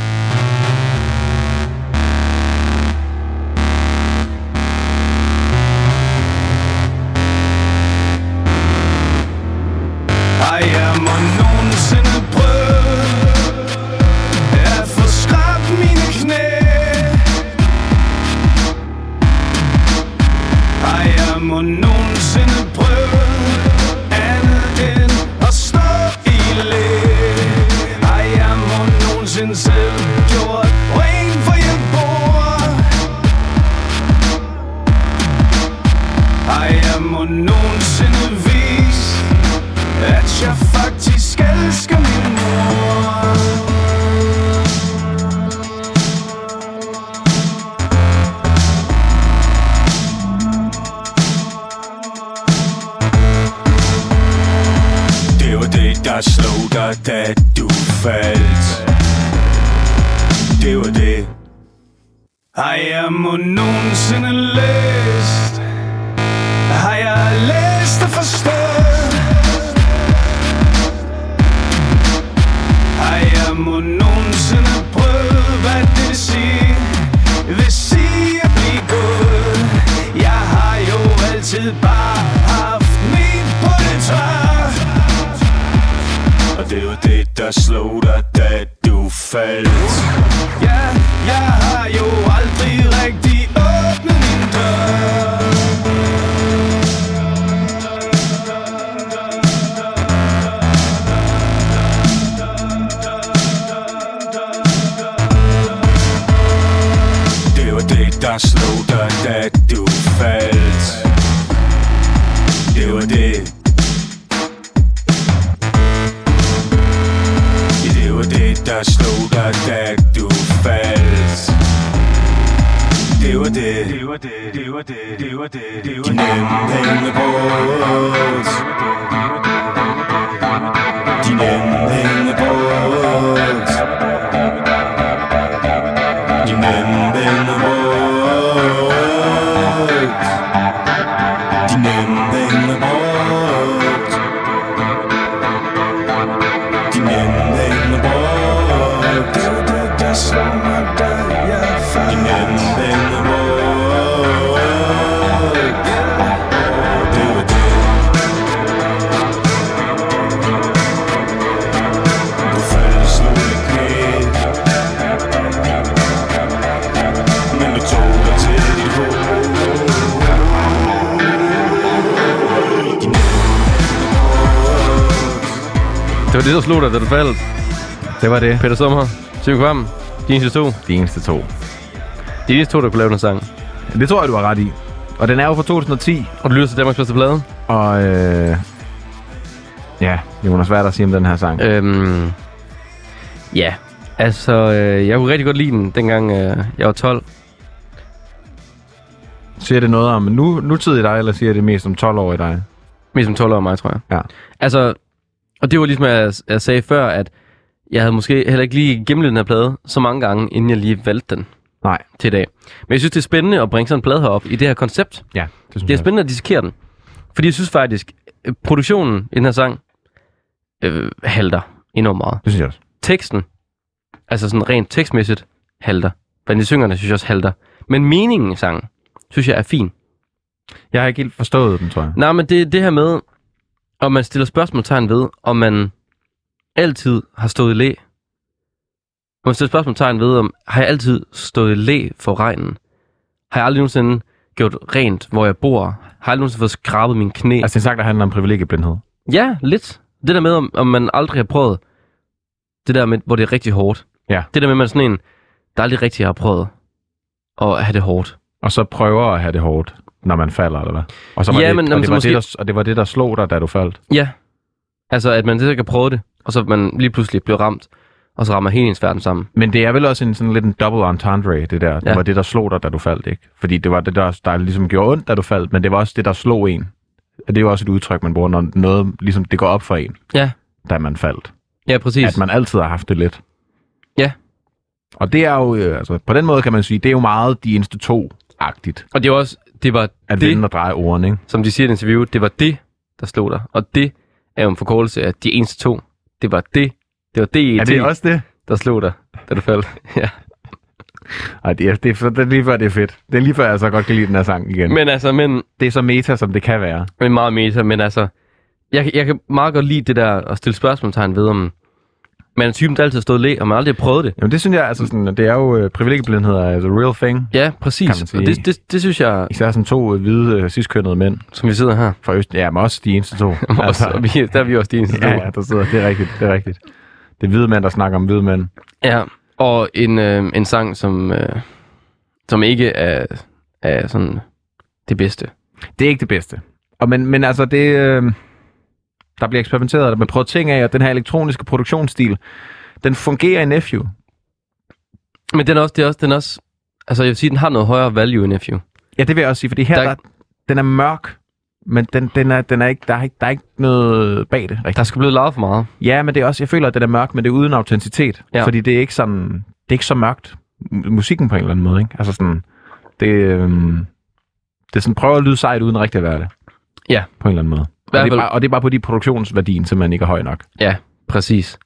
Der slog dig, da du faldt. Det var det. Har jeg nogensinde læst? Har jeg læst og forstået? Har jeg nogensinde prøvet, hvad det vil sige? Vil sige at blive god. Jeg har jo altid bare haft mit på det tør. Og det var det, der slog dig, da du faldt. Ja, jeg har jo aldrig rigtig åbnet min dør. Det var det, der slog dig, da du faldt. Det var det. Der slog dig, da du faldt. Det var det. Det var det, der slog dig, da du faldt. Det var det. Peter Sommer, Simon Kvam, de eneste to. De eneste to. De eneste to, der kunne lave den sang. Det tror jeg, du har ret i. Og den er jo fra 2010. Og du lytter til Danmarks bedste plade. Og ja, det er svært at sige om den her sang. Ja, altså, jeg kunne rigtig godt lide den, dengang jeg var 12. Siger det noget om nutid i dig, eller siger det mest om 12 år i dig? Mest om 12 år i mig, tror jeg. Ja. Altså, og det var ligesom, jeg sagde før, at jeg havde måske heller ikke lige gennemlevet den her plade så mange gange, inden jeg lige valgte den. Nej. Til i dag. Men jeg synes, det er spændende at bringe sådan en plade herop i det her koncept. Ja, det synes det er spændende at dissekere den. Fordi jeg synes faktisk, produktionen i den her sang halter enormt meget. Det synes jeg også. Teksten, altså sådan rent tekstmæssigt, halter. Blandt de syngerne synes jeg også halter. Men meningen i sangen, synes jeg er fin. Jeg har ikke helt forstået den, tror jeg. Nej, men det er det her med, om man stiller spørgsmålstegn ved, om man altid har stået i læ. Om man stiller spørgsmålstegn ved, om har jeg altid stået i læ for regnen? Har jeg aldrig nogensinde gjort rent, hvor jeg bor? Har jeg aldrig nogensinde fået skrabet mine knæ? Altså, det er sagt, der handler om privilegieblindhed. Ja, lidt. Det der med, om man aldrig har prøvet det der med, hvor det er rigtig hårdt. Ja. Det der med, at man er sådan en, der aldrig rigtig har prøvet at have det hårdt. Og så prøver at have det hårdt, når man falder, eller hvad? Og så var Ja, det, men- og det, var måske- det, og det var det, der slog dig, da du faldt. Ja. Altså, at man sikkert kan prøve det, og så man lige pludselig bliver ramt, og så rammer hele ens verden sammen. Men det er vel også sådan lidt en double entendre, det der. Det Ja. var det, der slog dig, da du faldt, ikke? Fordi det var det, der ligesom gjorde ondt, da du faldt, men det var også det, der slog en. Og det er jo også et udtryk, man bruger, når noget ligesom det går op for en, Ja. da man faldt. Ja, præcis. At man altid har haft det lidt. Ja. Og det er jo, altså på den måde kan man sige, det er jo meget de eneste to-agtigt. Og det var også, det var At det, vende og dreje ordene, ikke? som de siger i et interview, det var det, der slog dig. Og det er jo en forkortelse af de eneste to. Det var det. Det var det, Er det også det? der slog dig, da du faldt. Ja. Ej, det er lige før, det er fedt. Det er lige før, jeg så godt kan lide den her sang igen. Men altså, Det er så meta, som det kan være. men meget meta, men altså, jeg kan meget godt lide det der at stille spørgsmålstegn ved, om man er typen, der altid har stået læ, og man aldrig har prøvet det. Jamen det synes jeg, altså sådan, det er jo privilegieblindhed er the real thing. Ja, præcis. Kan man sige. Og det synes jeg, Især som to hvide, cis-kønnede mænd som vi sidder her. fra Øst. Ja, men også de eneste to. Altså, og der er vi også de eneste to. ja, der sidder. Det er rigtigt. Det er hvide mænd, der snakker om hvide mænd. Ja, og en sang, som ikke er sådan det bedste. Det er ikke det bedste. Men altså, det, der bliver eksperimenteret, der bliver prøvet ting af, og den her elektroniske produktionsstil, den fungerer i Nephew. Men den er også, altså jeg vil sige, den har noget højere value end FU. Ja, det vil jeg også sige, fordi her, den er mørk, men den er ikke, der er ikke noget bag det, rigtigt. Der er sgu blevet lavet for meget. Ja, men det er også, jeg føler, at den er mørk, men det er uden autenticitet. Ja. Fordi det er ikke sådan, det er ikke så mørkt, musikken på en eller anden måde, ikke? Altså sådan, det er sådan, prøver at lyde sejt uden rigtig at være det. Ja. På en eller anden måde. Og det er bare på de produktionsværdien, simpelthen ikke er høj nok. Ja, præcis.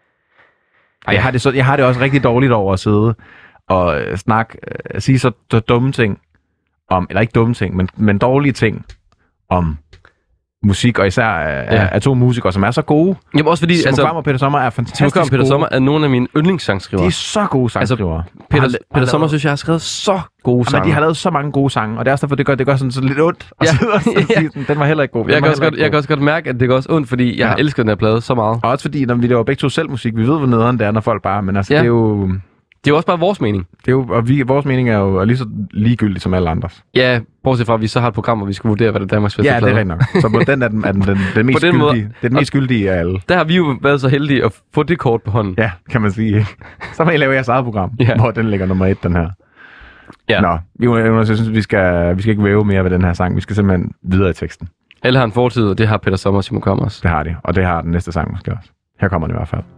Og jeg har det også rigtig dårligt over at sidde og sige så dumme ting om, eller ikke dumme ting, men dårlige ting om musik, og især af to musikere, som er så gode. Jamen også fordi, Simon Kvam og Peter Sommer er fantastisk Simon Kvam og Peter gode. Sommer er nogle af mine yndlingssangsskrivere. De er så gode sangskrivere. Peter Sommer synes jeg har skrevet så gode sange. Men de har lavet så mange gode sange, og det er også derfor, det gør sådan lidt ondt. Og den var heller ikke god. Jeg kan også godt mærke, at det går også ondt, fordi jeg har elsket den her plade så meget. Og også fordi, når vi laver begge to selv musik, vi ved, hvor nederen det er, når folk bare... Men altså, det er jo... Det er jo også bare vores mening. Det er jo, og vores mening er jo lige så ligegyldig som alle andres. Ja, bortset fra, at vi så har et program, hvor vi skal vurdere, hvad det er Danmarks bedste plade. Ja, det er rigtigt nok. Så på den er den mest skyldige. Det er den mest skyldige af alle. Der har vi jo været så heldige at få det kort på hånden. Ja, kan man sige. Så må I lave jeres eget program, hvor den ligger nummer 1, den her. Ja. Nå, jeg synes, vi skal ikke væve mere ved den her sang. Vi skal simpelthen videre i teksten. Alle har en fortid, og det har Peter Sommer og Simon Kvamm også. Det har de, og det har den næste sang måske også. Her kommer den i hvert fald.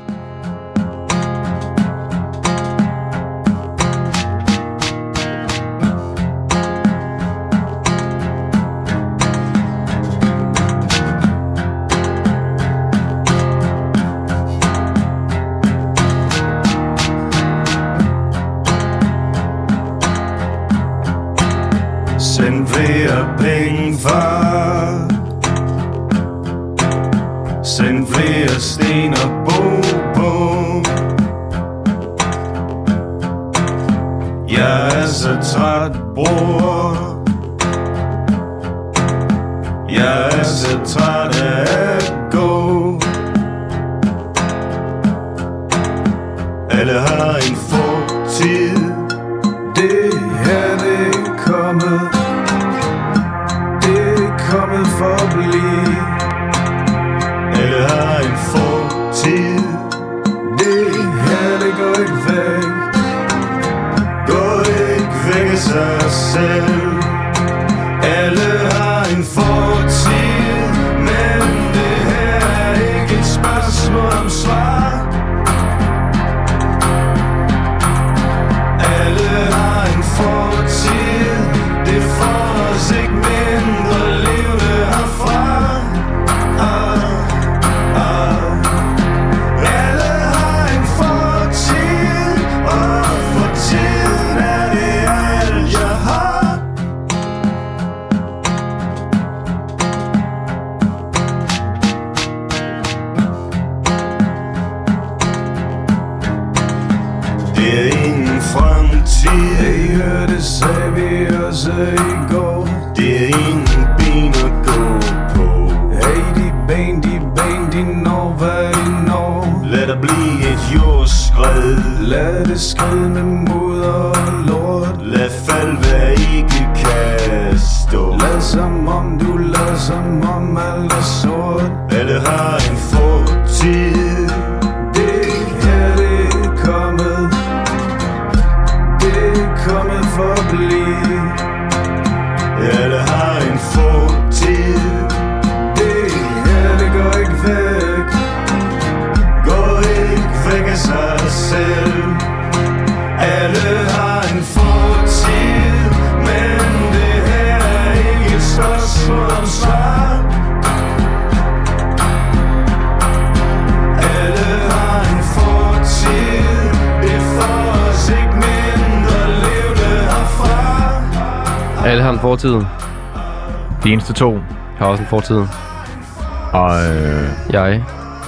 Send flere penge, far. Send flere sten og bo på. Jeg er så træt, bror. Jeg er så træt af at gå. Alle har en fortid. Det her, det er kommet. Det er kommet for at blive. Alle har en fortid. Det her, det går ikke væk. Gå ikke væk af sig selv. Alle har en fortid. Men det her er ikke et spørgsmål om svar. Alle har en fortid. Det får os ikke mindre levende herfra. Alle har en fortid, og for tiden er det alt jeg har. Det er ingen fremtid. Hey, hør, det sagde vi også i går. Det er ingen ben at gå på. Hey, de ben, de når, hvad de når. Lad der blive et jordskred. Lad det skride med mudder og lort. Lad fald hvad ikke kan stå. Lad som om du, lad som om alt er sort. Alle har en fortid. Det her, det er kommet. Det er kommet for at blive. Alle har en fortid. Det her, det går ikke væk. Gå ikke væk af sig selv. Alle har en fortid. Men det her er ikke et spørgsmål om svar. Alle har en fortid. Det får os ikke mindre levende herfra. Alle har en fortid. De eneste to. Har også en fortid. Og Jeg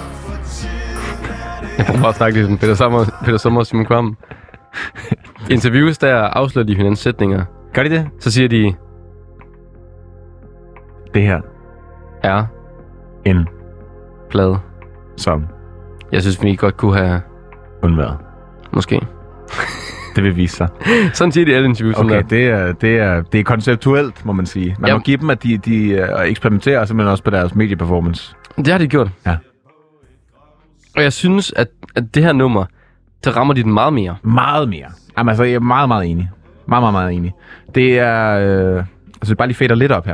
prøver at snakke lidt som Peter Sommer og Simon Kvamm. I interviews, der afslører de hinandens sætninger. gør de det? Så siger de, Det her er en plade. som Jeg synes, vi godt kunne have, undværet. måske. Det vil vise sig. Sådan siger de alle interviews. Okay, det er konceptuelt, må man sige. Man må give dem, at de eksperimenterer simpelthen også på deres medieperformance. Det har de gjort. Ja. Og jeg synes, at det her nummer, der rammer de den meget mere. Meget mere. Jamen, altså, jeg er meget, meget enig. Meget, meget, meget enig. Det er... altså, bare lige fader lidt op her.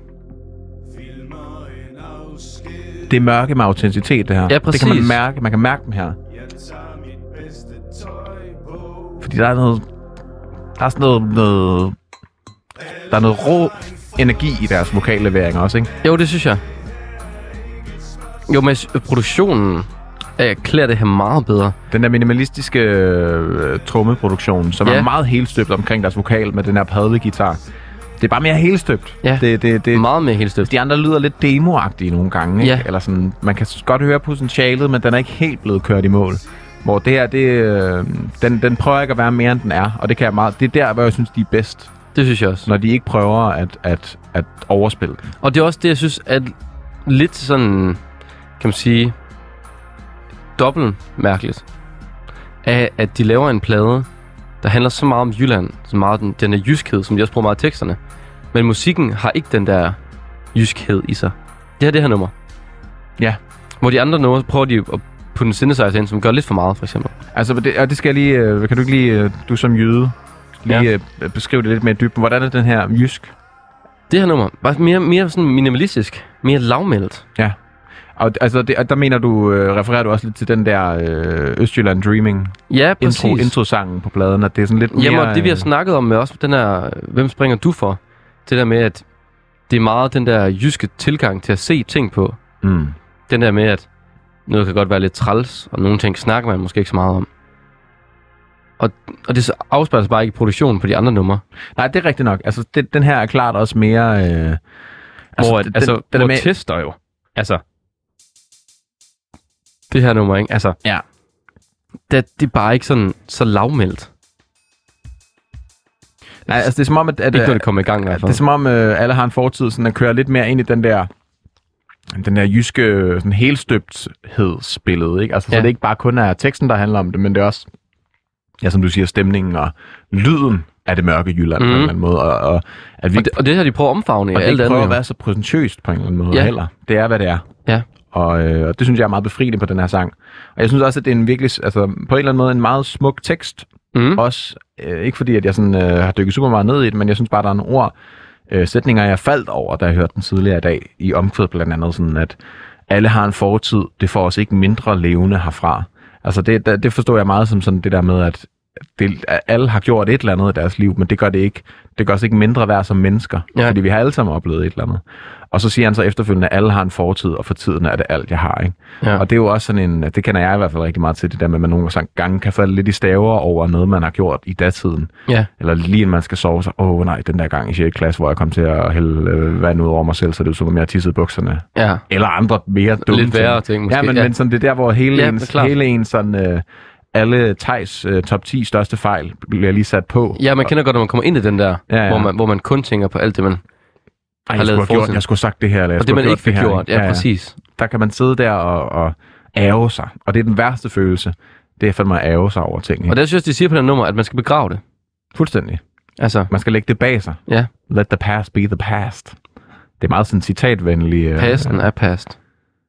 Det er mørke med autenticitet, det her. Ja, præcis. Det kan man mærke. Man kan mærke dem her. Fordi der er noget... Der er sådan noget... Der er noget rå energi i deres vokallevering også, ikke? Jo, det synes jeg. Jo, men produktionen klæder det her meget bedre. Den der minimalistiske trommeproduktion, som er meget helstøbt omkring deres vokal med den her padlegitar. Det er bare mere helstøbt. Ja, det er meget mere helstøbt. De andre lyder lidt demoagtige nogle gange, ikke? Ja. Eller sådan, man kan godt høre potentialet, men den er ikke helt blevet kørt i mål. Hvor det her, den prøver ikke at være mere, end den er. Og det er der, hvor jeg synes, de er bedst. Det synes jeg også. Når de ikke prøver at overspille det. Og det er også det, jeg synes, at lidt sådan, kan man sige, dobbelt mærkeligt, af at de laver en plade, der handler så meget om Jylland, så meget den der jyskhed, som de også bruger meget i teksterne. Men musikken har ikke den der jyskhed i sig. Det her nummer. Ja. Hvor de andre numre prøver de at putte en synthesizer ind, som gør lidt for meget, for eksempel. Altså, det skal jeg lige... Kan du ikke lige... Du som jyde lige beskrive det lidt mere dybden. Hvordan er den her jysk? Det her nummer var mere sådan minimalistisk, mere lavmældt. Ja. Og altså, der mener du, refererer du også lidt til den der Østjylland Dreaming intro-sangen på pladen, at det er sådan lidt mere... Jamen, og det vi har snakket om med også den her, hvem springer du for? Det der med, at det er meget den der jyske tilgang til at se ting på. Mm. Den der med, at noget kan godt være lidt træls, og nogle ting snakker man måske ikke så meget om. Og det afspejler sig bare ikke i produktionen på de andre numre. Nej, det er rigtigt nok. Altså, den her er klart også mere... hvor tester jo. Altså... Det her nummer, ikke? Altså... Ja. Det er bare ikke sådan så lavmældt. Nej, altså det er som om, at ikke når det kommer i gang i hvert fald. Det er som om, alle har en fortid, sådan at køre lidt mere ind i den der jyske sådan helstøbthedsbillede, ikke? Altså, så det ikke bare kun er teksten, der handler om det, men det er også, ja, som du siger, stemningen og lyden af det mørke Jylland på en eller anden måde. Og det har de prøvet at omfavne i alt andet. Og det prøver at være så præsentøst på en eller anden måde heller. Det er, hvad det er. Ja. Og det synes jeg er meget befriende på den her sang. Og jeg synes også, at det er en virkelig, altså på en eller anden måde, en meget smuk tekst. Også, ikke fordi, at jeg sådan, har dykket super meget ned i det, men jeg synes bare, der er nogle ord, sætninger, jeg faldt over, da jeg hørte den tidligere i dag, i omkvædet blandt andet, sådan at alle har en fortid, det får os ikke mindre levende herfra. Altså det forstår jeg meget som sådan det der med, at alle har gjort et eller andet i deres liv, men det gør det ikke. Det gør os ikke mindre værd som mennesker, fordi vi har alle sammen oplevet et eller andet. Og så siger han så efterfølgende, at alle har en fortid, og for tiden er det alt, jeg har. Ikke? Ja. Og det er jo også sådan det kender jeg i hvert fald rigtig meget til, det der med, at man nogle gange kan falde lidt i staver over noget, man har gjort i datiden. Ja. Eller lige inden man skal sove, så nej, den der gang i 6. klasse, hvor jeg kom til at hælde vand ud over mig selv, så det var som om jeg tissede bukserne. Ja. Eller andre mere dumme lidt værre ting måske. Ja, men sådan det der, hvor hele ens sådan... alle Theis top 10 største fejl bliver lige sat på. Ja, man kender godt, når man kommer ind i den der, hvor man kun tænker på alt det, man har lavet fortiden. Jeg skulle have sagt det her, eller jeg og det, man ikke fik gjort. Ja, præcis. Der kan man sidde der og ærge sig. Og det er den værste følelse. Det er fandme at ærge sig over ting. Ikke? Og det synes jeg, de siger på den nummer, at man skal begrave det. Fuldstændig. Altså. Man skal lægge det bag sig. Ja. Let the past be the past. Det er meget sådan citatvenlig. Pasten er past.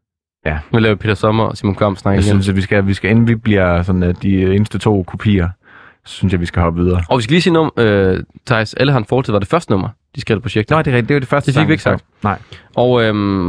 Ja. Nu laver Peter Sommer og Simon Kvam snakke igen. Jeg synes, at vi skal inden vi bliver sådan de eneste 2 kopier, så synes jeg, vi skal hoppe videre. Og vi skal lige sige Theis, alle har en fortid, var det første nummer, de skrev projektet. Nej, det er rigtigt. Det var det første. Det fik vi ikke sagt. Nej. Og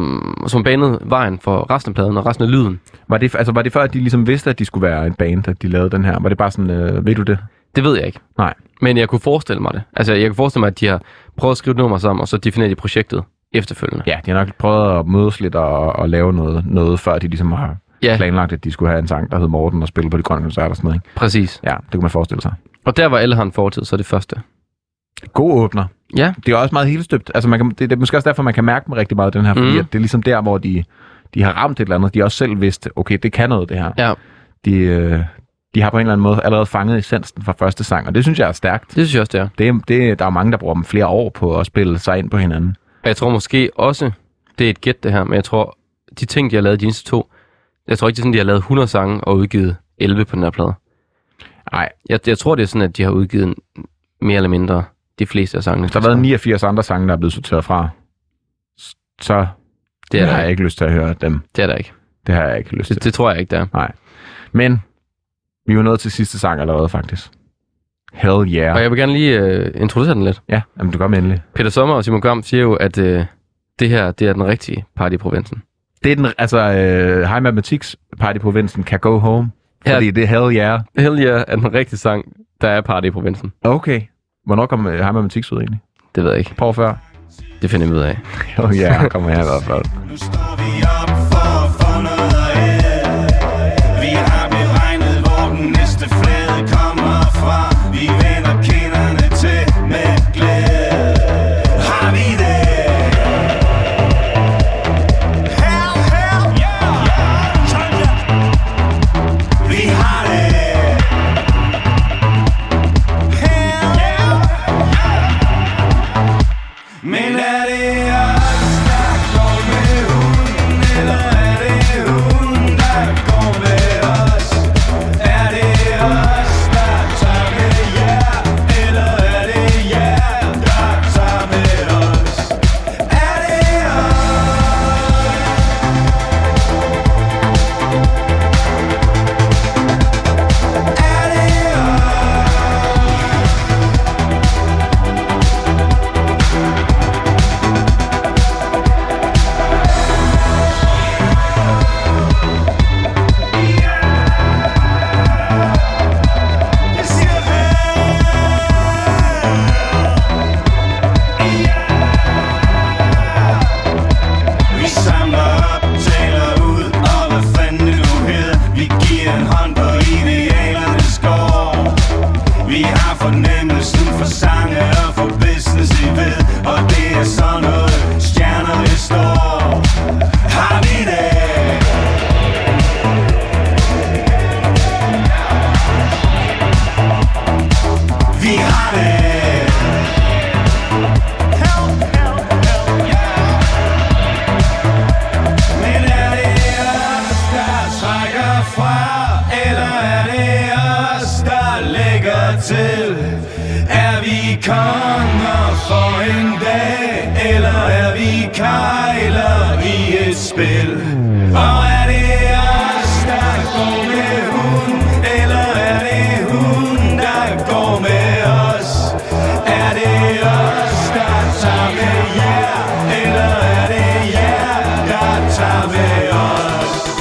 som banede vejen for resten af pladen og resten af lyden. Var det før, at de ligesom vidste, at de skulle være en band, at de lavede den her? Var det bare sådan, ved du det? Det ved jeg ikke. Nej. Men jeg kunne forestille mig det. Altså, jeg kunne forestille mig, at de har prøvet at skrive et nummer sammen, og så definerer de projektet efterfølgende. Ja, de har nok prøvet at mødes lidt og lave noget, før de ligesom har planlagt, at de skulle have en sang, der hed Morten, og spille på de grønne koncerter og sådan noget, ikke? Præcis. Ja, det kunne man forestille sig. Og der var alle har en fortid, så det første. God åbner. Ja. Det er også meget helstøbt. Altså, det er måske også derfor, man kan mærke dem rigtig meget, den her, fordi at det er ligesom der, hvor de har ramt et eller andet. De har også selv vidst, okay, det kan noget, det her. Ja. De har på en eller anden måde allerede fanget essensen fra første sang, og det synes jeg er stærkt. Det synes jeg også, det er. Der er mange, der bruger dem flere år på at spille sig ind på hinanden. Jeg tror måske også, det er et gæt det her, men jeg tror, de ting, de har lavet de eneste 2, jeg tror ikke, det er sådan, de har lavet 100 sange og udgivet 11 på den her plade. Nej. Jeg tror, det er sådan, at de har udgivet mere eller mindre de fleste af sangene. Der har været 89 andre sange, der er blevet sorteret fra. Så det har jeg ikke lyst til at høre dem. Det er der ikke. Det har jeg ikke lyst til. Det tror jeg ikke, der. Nej. Men vi er jo nået til sidste sang allerede, faktisk. Hell yeah. Og jeg vil gerne lige introducere den lidt. Ja, men du gør med endelig. Peter Sommer og Simon Kvam siger jo, at det her, det er den rigtige party i provinsen. Det er den, altså High Mathematics party i provinsen kan go home, fordi det er Hell yeah. Hell yeah er den rigtige sang, der er party i provinsen. Okay. Hvornår kom High Mathematics ud egentlig? Det ved jeg ikke. På før? Det finder jeg ud af. Oh ja, yeah, kommer her i hvert fald. Nu står vi op for at få noget af. Vi har beregnet, hvor den næste flade kommer fra. Vi vender kinderne til med glæde. Har vi det? Hell, hell, yeah! Vi har det! Hell, yeah! Men er det os, der går med hunden til? Er vi konger for en dag, eller er vi kejler i et spil? Og er det os, der går med hun, eller er det hun, der går med os? Er det os, der tager med jer, eller er det jer, der tager med os?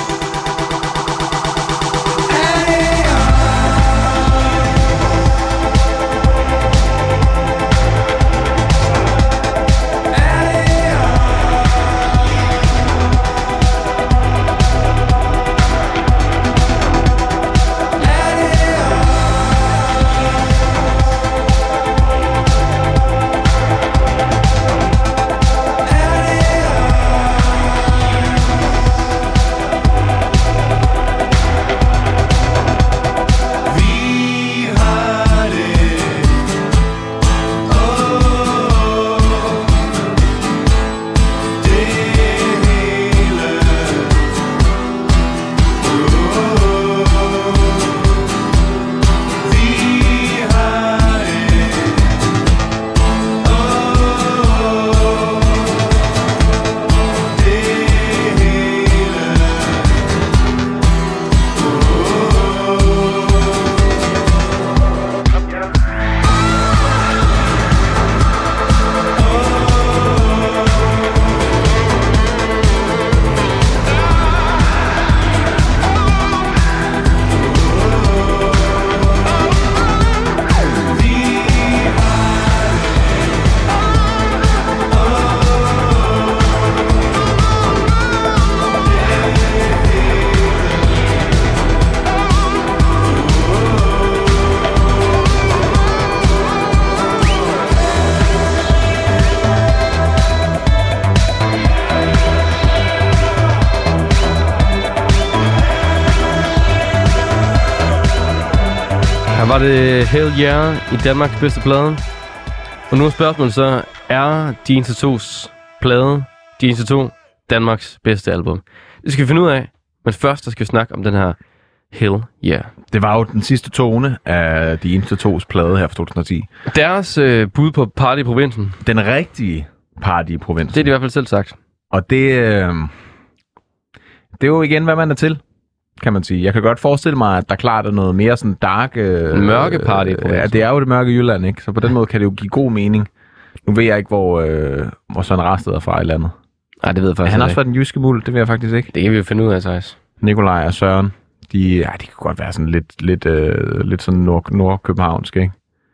Var det Hell Yeah i Danmarks bedste plade. Og nu er spørgsmålet så, er De Eneste Tos plade, De Eneste To, Danmarks bedste album? Det skal vi finde ud af, men først så skal vi snakke om den her Hell Yeah. Det var jo den sidste tone af De Eneste Tos plade her fra 2010. Deres bud på Party i Provinsen. Den rigtige Party i Provinsen. Det er de i hvert fald selv sagt. Og det er jo igen, hvad man er til, kan man sige. Jeg kan godt forestille mig, at der klart er noget mere sådan dark... mørke party. Ja, det er jo det mørke Jylland, ikke? Så på den måde kan det jo give god mening. Nu ved jeg ikke, hvor Søren Rasted er fra i landet. Nej, det ved jeg faktisk Han har også været den jyske muld, det ved jeg faktisk ikke. Det kan vi jo finde ud af, Thijs. Nikolaj og Søren, de kan godt være sådan lidt sådan nordkøbenhavnsk, ikke?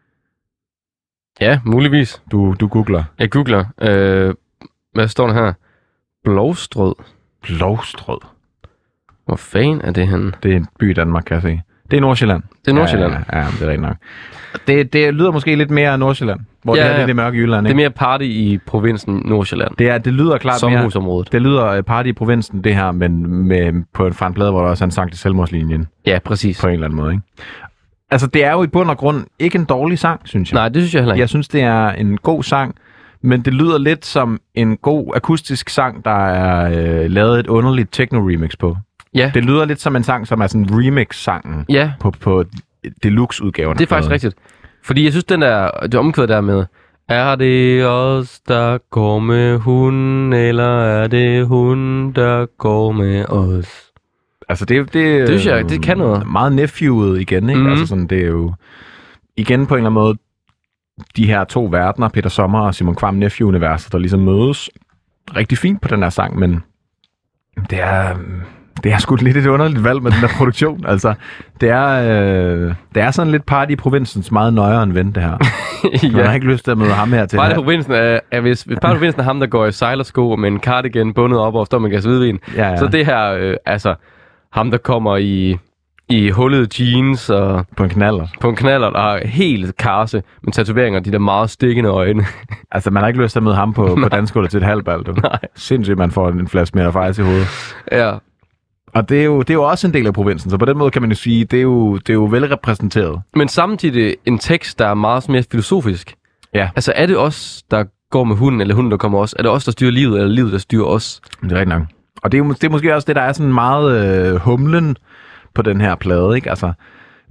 Ja, muligvis. Du googler. Jeg googler. Hvad står der her? Blovstrød. Blovstrød? Hvor fanden er det henne? Det er en by i Danmark, kan jeg se. Det er Nordsjælland. Det er Nordsjælland? Ja, det er rigtigt nok. Det lyder måske lidt mere Nordsjælland, hvor det er det mørke Jylland, ikke? Det er mere party i provinsen Nordsjælland. Det lyder klart sommerhusområdet. Det lyder party i provinsen, det her, men fra en plade, hvor der også er en sang til selvmordslinjen. Ja, præcis. På en eller anden måde, ikke? Altså, det er jo i bund og grund ikke en dårlig sang, synes jeg. Nej, det synes jeg heller ikke. Jeg synes, det er en god sang, men det lyder lidt som en god akustisk sang, der er lavet et underligt techno-remix på. Ja. Det lyder lidt som en sang, som er sådan en remix-sangen på deluxe-udgaven. Det er faktisk rigtigt. Fordi jeg synes, det omkvæd der med, er det os, der går med hun, eller er det hun, der går med os? Altså det synes jeg, det kan noget. Meget nephew igen, ikke? Mm-hmm. Altså sådan, det er jo igen på en eller anden måde de her to verdener, Peter Sommer og Simon Kvam nephew-universet, der ligesom mødes rigtig fint på den her sang, men det er sgu lidt et underligt valg med den der produktion. Altså, det er sådan lidt party i provinsens meget nøjere end ven, det her. Jeg har ikke lyst til at møde ham her til. Party i provinsen er hvis party i provinsen er ham, der går i sejlersko med en cardigan bundet op og står med gas hvidvin. Ja. Så det her, ham, der kommer i hullede jeans og... På en knallert. Og helt karse med tatoveringer og de der meget stikkende øjne. Altså, man har ikke lyst til at møde ham på dansgulvet til et halvbal, du. Nej. Sindssygt, man får en flaske mere fejl til hovedet. Ja. Og det er jo også en del af provinsen, så på den måde kan man jo sige, det er jo velrepræsenteret. Men samtidig en tekst, der er meget mere filosofisk. Ja. Altså, er det os, der går med hunden, eller hunden, der kommer os? Er det os, der styrer livet, eller livet, der styrer os? Det er rigtigt nok. Og det er måske også det, der er sådan meget humlen på den her plade, ikke? Altså,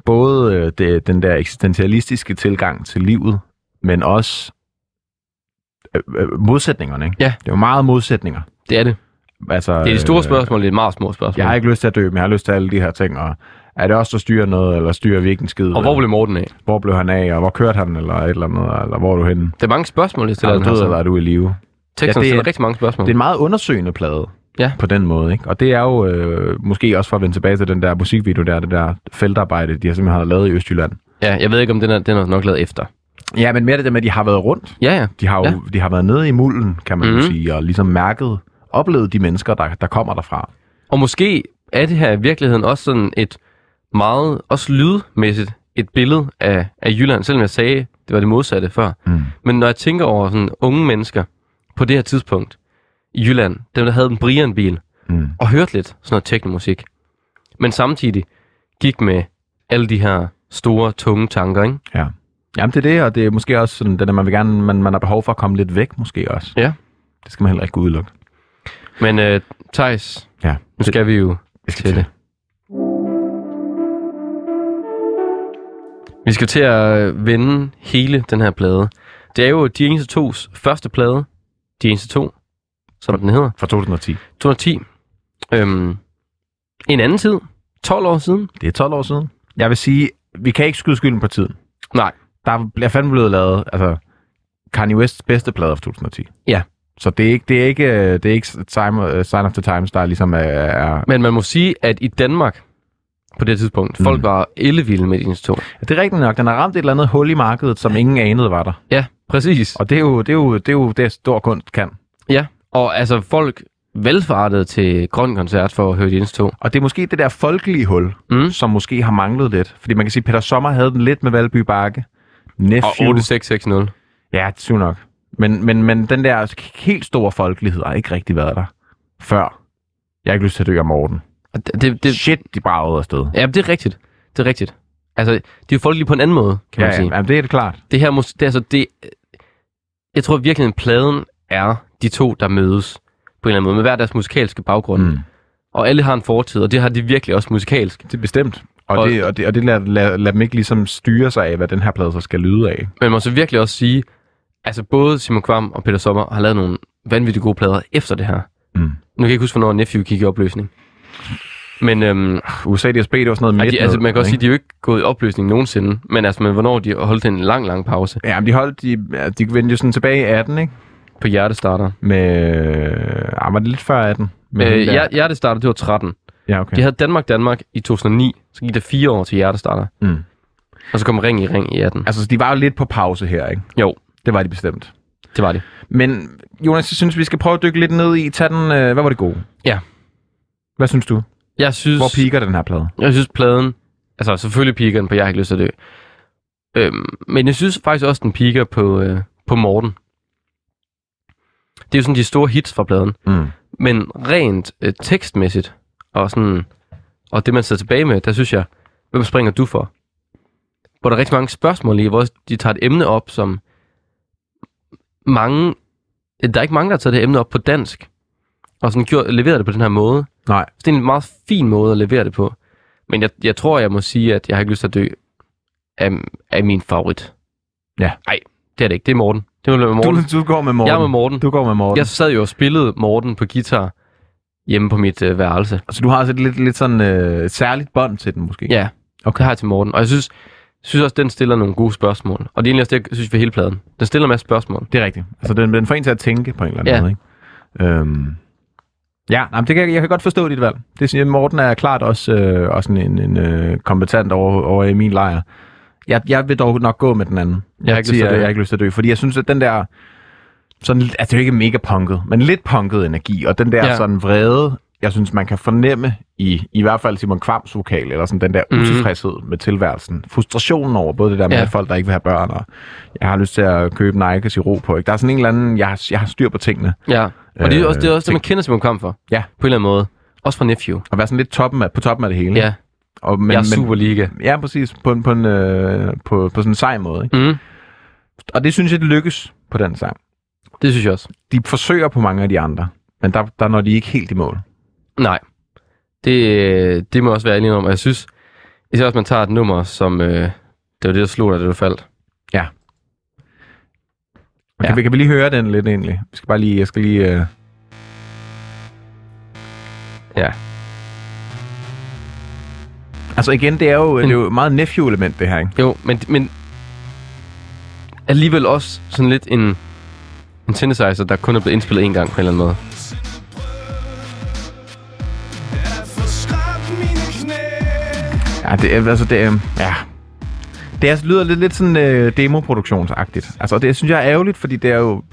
både den der eksistentialistiske tilgang til livet, men også modsætningerne, ikke? Ja. Det er jo meget modsætninger. Det er det. Altså, Det er de store spørgsmål, det er meget små spørgsmål. Jeg har ikke lyst til at dø, men jeg har lyst til alle de her ting, og er det også der styrer noget, eller styrer vi ikke en skid? Og hvor blev Morten af? Hvor blev han af, og hvor kørte han, eller et eller andet, eller hvor er du henne? Det er mange spørgsmål, jeg stiller Er den du her. død, eller er du i live? Teksterne det stiller rigtig mange spørgsmål. Det er en meget undersøgende plade, på den måde, ikke? Og det er jo måske også for at vende tilbage til den der musikvideo der, det der feltarbejde, de har simpelthen lavet i Østjylland. Ja, jeg ved ikke, om den er nok lavet efter. Ja, men mere det der med, at de har været rundt. Ja. De har været nede i mulden, kan man jo sige, og ligesom oplevet de mennesker, der kommer derfra. Og måske er det her i virkeligheden også sådan et meget, også lydmæssigt, et billede af Jylland, selvom jeg sagde, det var det modsatte før. Men når jeg tænker over sådan unge mennesker på det her tidspunkt i Jylland, dem der havde en Brian-bil, og hørte lidt sådan noget technomusik, men samtidig gik med alle de her store, tunge tanker, ikke? Ja. Jamen det er det, og det er måske også sådan, det der, man har behov for at komme lidt væk, måske også. Ja. Det skal man heller ikke udelukke. Men Theis, ja. Nu skal vi jo til det. Vi skal til at vende hele den her plade. Det er jo De Eneste Tos første plade. De Eneste To, som den hedder. Fra 2010. 2010. En anden tid. 12 år siden. Det er 12 år siden. Jeg vil sige, vi kan ikke skyde skylden på tiden. Nej. Der bliver fandme blevet lavet, altså, Kanye West's bedste plade fra 2010. Ja. Så det er ikke Sign of the Times, der ligesom er... Men man må sige, at i Danmark, på det tidspunkt, folk var ellevilde med De Eneste To. Ja, det er rigtigt nok. Den har ramt et eller andet hul i markedet, som ingen anede var der. Ja, præcis. Og det er jo det, stor kunst kan. Ja, og altså folk velfartede til Grøn Koncert for at høre De Eneste To. Og det er måske det der folkelige hul, som måske har manglet lidt. Fordi man kan sige, at Peter Sommer havde den lidt med Valby Bakke. Nephew. Og 8660. Ja, det er nok. Men den der helt store folkelighed har ikke rigtig været der før. Jeg har ikke lyst til at dø af Morten. Shit, de bragede afsted. Ja, det er rigtigt. Det er rigtigt. Altså, de er jo folkelige på en anden måde, kan man sige. Ja, det er det klart. Det her, jeg tror virkelig, at pladen er de to, der mødes på en eller anden måde, med hver deres musikalske baggrund. Og alle har en fortid, og det har de virkelig også musikalsk. Det er bestemt. Og det lader dem ikke ligesom styre sig af, hvad den her plade så skal lyde af. Men man må så virkelig også sige, altså både Simon Kvam og Peter Sommer har lavet nogle vanvittigt gode plader efter det her. Nu kan jeg ikke huske, hvornår Nephew gik i opløsning. Men USA DSB, det var sådan noget midt. Altså man kan også sige, at de er jo ikke gået i opløsning nogensinde, men altså hvornår de holdt en lang pause. Ja, men de vendte jo sådan tilbage i 18, ikke? På Hjertestarter. Var det lidt før 18? Hjertestarter, det var 13. Ja, okay. De havde Danmark i 2009, så gik der 4 år til Hjertestarter. Og så kom Ring i 18. Altså, de var jo lidt på pause her, ikke? Jo. Det var de bestemt. Det var de. Men Jonas, jeg synes, vi skal prøve at dykke lidt ned i. Tag den, hvad var det gode? Ja. Hvad synes du? Jeg synes... Hvor piker den her plade? Jeg synes pladen... Altså, selvfølgelig piker den på Jeg har ikke lyst til at dø. Men jeg synes faktisk også, den piker på Morten. Det er jo sådan de store hits fra pladen. Men rent tekstmæssigt, og det man sidder tilbage med, der synes jeg, hvem springer du for? Hvor der er rigtig mange spørgsmål i, hvor de tager et emne op, som mange... Der er ikke mange, der har taget det emne op på dansk, og sådan leveret det på den her måde. Nej. Så det er en meget fin måde at levere det på. Men jeg tror, jeg må sige, at Jeg har ikke lyst til at dø af min favorit. Ja. Nej, det er det ikke. Det er Morten. Det er Morten. Du går med Morten. Jeg er med Morten. Du går med Morten. Jeg sad jo og spillede Morten på guitar hjemme på mit værelse. Altså du har altså lidt sådan særligt bånd til den måske? Ja, okay. Det har jeg til Morten. Og jeg synes også, den stiller nogle gode spørgsmål. Og det er egentlig også det, jeg synes ved hele pladen. Den stiller en masse spørgsmål. Det er rigtigt. Altså den får en til at tænke på en eller anden måde, ikke? Jeg kan godt forstå dit valg. Det siger Morten er klart også en kompetent over i min lejr. Jeg vil dog nok gå med den anden. Jeg har ikke lyst til at dø, fordi jeg synes, at den der sådan, altså det er jo ikke mega punket, men lidt punket energi, og den der sådan vrede, jeg synes, man kan fornemme i hvert fald Simon Kvams vokal, eller sådan den der utilfredshed med tilværelsen. Frustrationen over både det der med, at folk, der ikke vil have børn, og jeg har lyst til at købe Nikes i ro på. Ikke? Der er sådan en eller anden, jeg har styr på tingene. Ja, og det er også det, man kender Simon Kvam for. Ja. På en eller anden måde. Også fra Nephew. Og være sådan lidt på toppen af det hele. Ja. Jeg er Superliga. Ja, præcis. På sådan en sej måde. Ikke? Og det synes jeg, det lykkes på den sang. Det synes jeg også. De forsøger på mange af de andre, men der når de ikke helt i mål. Nej. Det må også være ærlig om. Og jeg synes, Især også, man tager et nummer, som... det var det, der slog dig, det du faldt. Ja. Kan vi lige høre den lidt egentlig? Jeg skal lige... Ja. Altså igen, det er jo meget nephew-element, det her, ikke? Jo, men alligevel også sådan lidt en synthesizer, der kun er blevet indspillet en gang på en eller anden måde. Ja, det lyder lidt sådan demoproduktionsagtigt. Altså, det synes jeg er ærgerligt, fordi det er jo...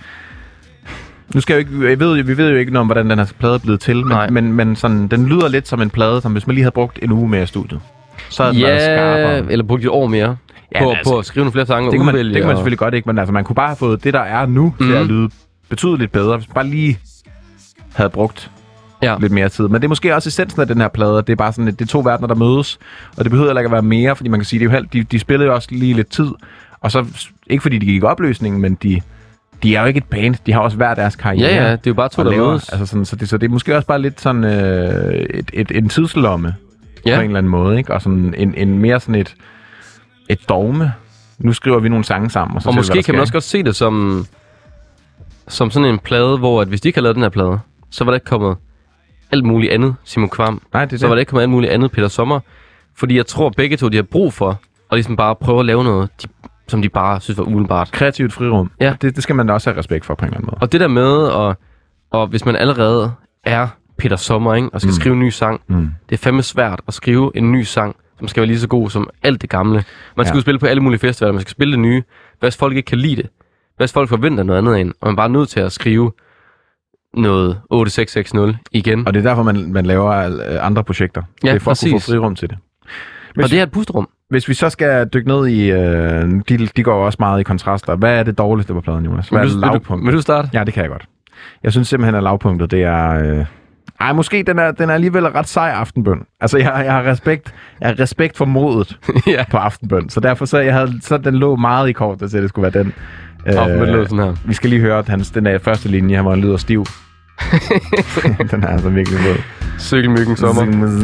Nu skal jeg jo ikke... Vi ved jo ikke noget om, hvordan den her plade er blevet til, men sådan, den lyder lidt som en plade, som hvis man lige havde brugt en uge mere i studiet. Så havde den været skarpere. Eller brugt et år mere på at skrive nogle flere sange. Det kan man selvfølgelig godt ikke, men altså, man kunne bare have fået det, der er nu, til at lyde betydeligt bedre, hvis man bare lige havde brugt lidt mere tid. Men det er måske også essensen af den her plade, det er bare sådan, at det er to verdener, der mødes, og det behøver heller ikke at være mere, fordi man kan sige, det er jo de spillede jo også lige lidt tid, og så, ikke fordi de gik i opløsning, men de er jo ikke et band, de har også hver deres karriere. Ja, det er jo bare to, der mødes. Altså sådan, så det er måske også bare lidt sådan en tidslomme, på en eller anden måde, ikke? Og sådan en mere sådan et dogme. Nu skriver vi nogle sange sammen. Og måske kan man også godt se det som sådan en plade, hvor at hvis de ikke havde lavet den her plade, så var der ikke kommet alt muligt andet Simon Kvam. Nej, det er så var der ikke kommet alt muligt andet Peter Sommer. Fordi jeg tror begge to, de har brug for at ligesom bare prøve at lave noget, som de bare synes var umiddelbart. Kreativt frirum. Ja. Det skal man også have respekt for på en eller anden måde. Og det der med, og hvis man allerede er Peter Sommer, ikke, og skal skrive en ny sang, det er fandme svært at skrive en ny sang, som skal være lige så god som alt det gamle. Man skal jo spille på alle mulige festivaler, man skal spille det nye. Hvad hvis folk ikke kan lide det? Hvad hvis folk forventer noget andet end? Og man er bare nødt til at skrive noget 8660 igen. Og det er derfor, man laver andre projekter. Ja, det er for præcis. at kunne få frirum til det. Og det er et pusterum. Hvis vi så skal dykke ned i... de går også meget i kontraster. Hvad er det dårligste på pladen, Jonas? Hvad er lavpunktet? Vil du starte? Ja, det kan jeg godt. Jeg synes simpelthen, at lavpunktet, det er... måske den er alligevel ret sej aftenbøn. Altså, jeg har respekt for modet på aftenbøn. Så derfor så den lå meget i kortet til, at det skulle være den. Aftenbøn lød sådan her. Vi skal lige høre den der første linje, hvor han lyder stiv. Den er altså virkelig god. Cykelmyggen sommer.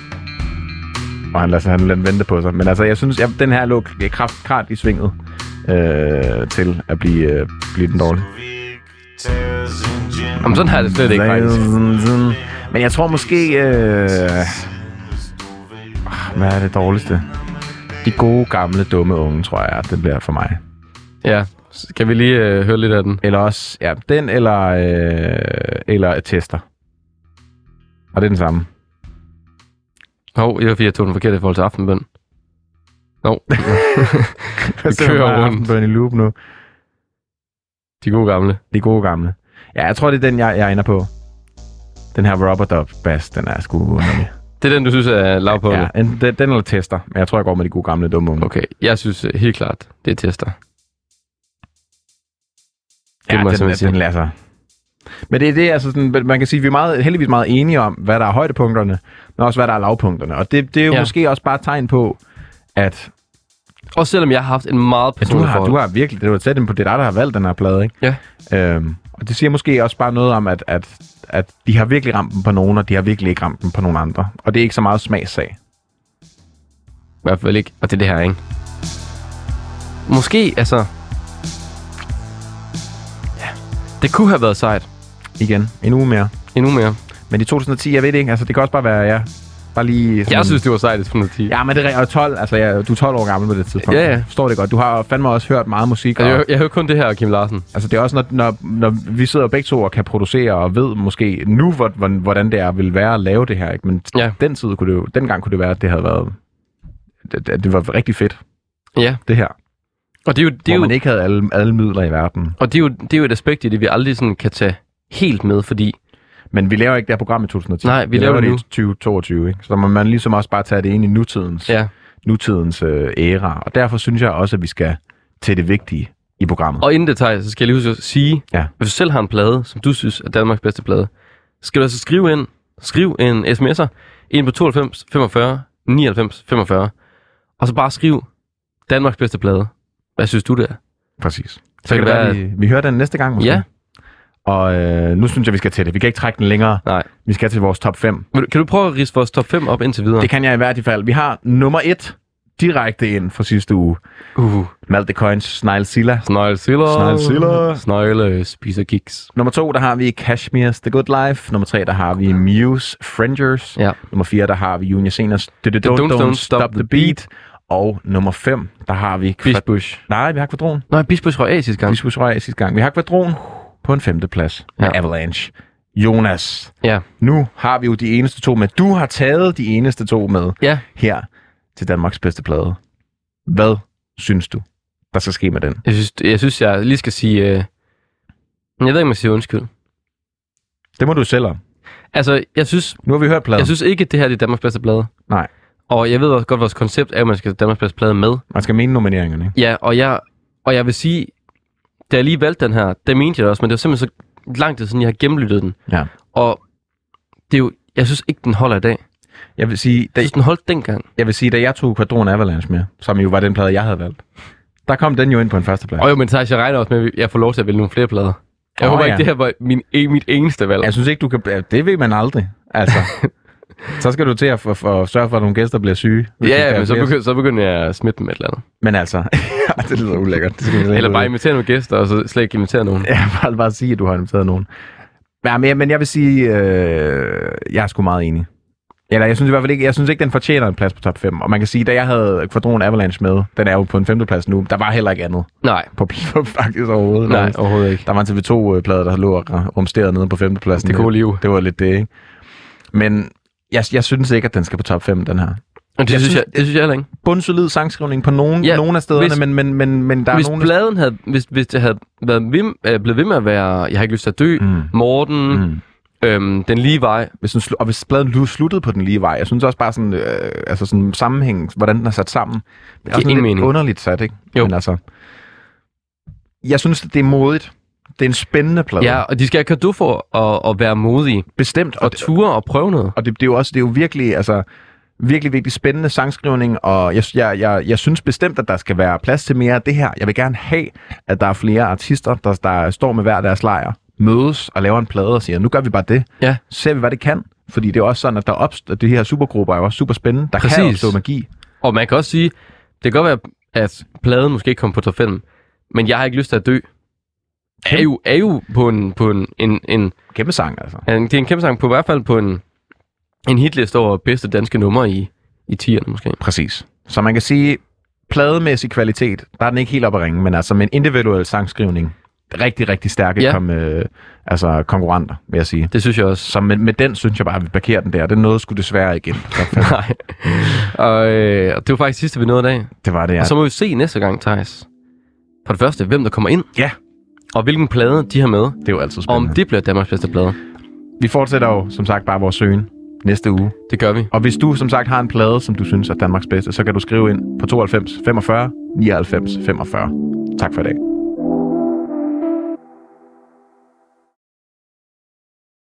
Og han lader han vente på sig. Men altså, jeg synes, den her lå kraftigt i svinget til at blive den dårlige. Jamen, sådan har det slet ikke, faktisk. Men jeg tror måske... hvad er det dårligste? De gode, gamle, dumme unge, tror jeg, det bliver for mig. Ja, skal vi lige høre lidt af den? Eller også, ja, den eller Tester. Og det er den samme. Jeg var fordi, jeg tog den forkerte i forhold til aftenbøn. Vi kører aftenbøn i loop nu. De gode gamle. Ja, jeg tror, det er den, jeg ender på. Den her rubber dub bass, den er sgu underlig. Det er den, du synes er lav på? Ja, den eller Tester. Men jeg tror, jeg går med de gode gamle dumme unge. Okay, jeg synes helt klart, det er Tester. Ja, den lader sig. Men det er det, altså sådan, man kan sige, vi er heldigvis meget enige om, hvad der er højdepunkterne, men også hvad der er lavpunkterne. Og det er jo måske også bare et tegn på, at... Også selvom jeg har haft en meget personlig forhold. Du har virkelig, det var tæt ind på, det der har valgt den her plade, ikke? Ja. Og det siger måske også bare noget om, at de har virkelig ramt dem på nogen, og de har virkelig ikke ramt dem på nogen andre. Og det er ikke så meget smagssag. I hvert fald ikke. Og det er det her, ikke? Måske, altså... Ja. Det kunne have været sejt. Igen. En uge mere. Men i 2010, jeg ved det ikke. Altså, det kan også bare være, bare lige... Jeg synes, det var sejt i 2010. Ja, men det er 12. Altså, du er 12 år gammel på det tidspunkt. Ja. Forstår det godt. Du har fandme også hørt meget musik. Altså, jeg hører kun det her, Kim Larsen. Altså, det er også, når vi sidder begge to og kan producere og ved måske nu, hvordan det vil være at lave det her, ikke? Men dengang kunne det være, at det havde været... Det var rigtig fedt. Ja. Det her. Og det er man ikke havde alle midler i verden. Og det er jo et aspekt i det, vi aldrig sådan kan tage helt med, fordi... Men vi laver ikke det her program i 2010. Nej, vi laver det i 2022, ikke? Så må man ligesom også bare tage det ind i nutidens æra. Og derfor synes jeg også, at vi skal til det vigtige i programmet. Og inden det tager, så skal jeg lige huske at sige, hvis du selv har en plade, som du synes er Danmarks bedste plade, skal du altså skriv en sms'er ind på 92 45 99 45, og så bare skriv Danmarks bedste plade. Hvad synes du det er? Præcis. Så kan det være, vi hører den næste gang måske. Ja. Og nu synes jeg, vi skal til det. Vi kan ikke trække den længere. Nej. Vi skal til vores top 5. Kan du prøve at ridse vores top 5 op indtil videre? Det kan jeg i hvert fald. Vi har nummer 1 direkte ind fra sidste uge. Malte Coins Sneglezilla. Snegle spiser kiks. Nummer 2, der har vi Kashmir's The Good Life. Nummer 3, der har vi Muse Frangers. Ja. Nummer 4, der har vi Junior Seners Don't Stop the Beat. Og nummer 5, der har vi... Bisbush. Nej, vi har Kvadron. Nej, Bisbush røg af sidste gang. Vi har Kvadron på en 5. plads med Avalanche. Jonas. Ja. Nu har vi jo de eneste 2 med. Du har taget de eneste 2 med her til Danmarks bedste plade. Hvad synes du, der skal ske med den? Jeg synes, jeg lige skal sige... jeg ved ikke, om jeg siger undskyld. Det må du selv om. Altså, jeg synes... Nu har vi hørt pladen. Jeg synes ikke, at det her er Danmarks bedste plade. Nej. Og jeg ved også godt, vores koncept er, at man skal have Danmarks bedste plade med. Man skal mene nomineringerne, ikke? Ja, og jeg vil sige... Da jeg lige valgte den her, der mente jeg det også, men det var simpelthen så lang tid siden, jeg har gennemlyttet den. Ja. Og det er jo... Jeg synes ikke, den holder i dag. Jeg vil sige... Jeg synes, den holdt dengang. Jeg vil sige, da jeg tog Kvadron Avalanche med, som jo var den plade, jeg havde valgt, der kom den jo ind på en førsteplads. Og jo, men Thijs, jeg regner også med, at jeg får lov til at vælge nogle flere plader. Jeg håber ikke, det her var mit eneste valg. Jeg synes ikke, du kan... Det ved man aldrig. Altså... Så skal du til at sørge for, at nogle gæster bliver syge. Ja, men så begynder jeg at smitte dem et eller andet. Men altså... det lyder ulækkert. Det eller bare invitere nogle gæster, og så slet ikke invitere nogen. Ja, bare sige, at du har inviteret nogen. Ja, men jeg vil sige... jeg er sgu meget enig. Eller jeg synes i hvert fald ikke, den fortjener en plads på top 5. Og man kan sige, da jeg havde Kvadron Avalanche med, den er jo på en 5. plads nu, der var heller ikke andet. Nej. På faktisk overhovedet. Nej, overhovedet ikke. Der var en TV2-plade, der lå rumsteret nede på 5. pladsen. Det gode liv. Det var lidt det, ikke? Men jeg synes ikke, at den skal på top 5, den her. Og det synes jeg heller ikke. Bundsolid sangskrivning på nogle af stederne, men der er nogle... Pladen havde, hvis det havde været blevet ved med at være, jeg har ikke lyst til at dø, Morten... den lige vej. Hvis bladen sluttede på den lige vej, jeg synes også bare sådan, sådan sammenhæng, hvordan den er sat sammen. Det er også lidt mening. Underligt sat, ikke? Jo. Men altså, jeg synes, det er modigt. Det er en spændende plade. Ja, og de skal have cadeau for at være modige. Bestemt. Og ture og prøve noget. Og det er jo virkelig, virkelig spændende sangskrivning, og jeg synes bestemt, at der skal være plads til mere af det her. Jeg vil gerne have, at der er flere artister, der står med hver deres lejr, mødes og laver en plade og siger, nu gør vi bare det. Ja. Så ser vi, hvad det kan. Fordi det er også sådan, at de her supergrupper er jo også super spændende. Der kan opstå magi. Og man kan også sige, det kan godt være, at pladen måske ikke kommer på top 5, men jeg har ikke lyst til at dø. Er jo på en kæmpe sang, altså. Det er en kæmpe sang, på i hvert fald på en hitliste over bedste danske numre i 10'erne måske. Præcis. Så man kan sige, plademæssig kvalitet, der er den ikke helt op at ringe, men altså med en individuel sangskrivning, rigtig, rigtig stærke konkurrenter, vil jeg sige. Det synes jeg også. Så med den synes jeg bare, at vi parkerer den der. Det nåede sgu desværre igen. Nej. Og det var faktisk sidste, vi nåede i dag. Det var det, ja. Og så må vi se næste gang, Thijs. For det første, hvem der kommer ind. Ja. Og hvilken plade de har med. Det er jo altid spændende. Om det bliver Danmarks bedste plade. Vi fortsætter jo, som sagt, bare vores søgen næste uge. Det gør vi. Og hvis du, som sagt, har en plade, som du synes er Danmarks bedste, så kan du skrive ind på 92 45 99 45. Tak for i dag.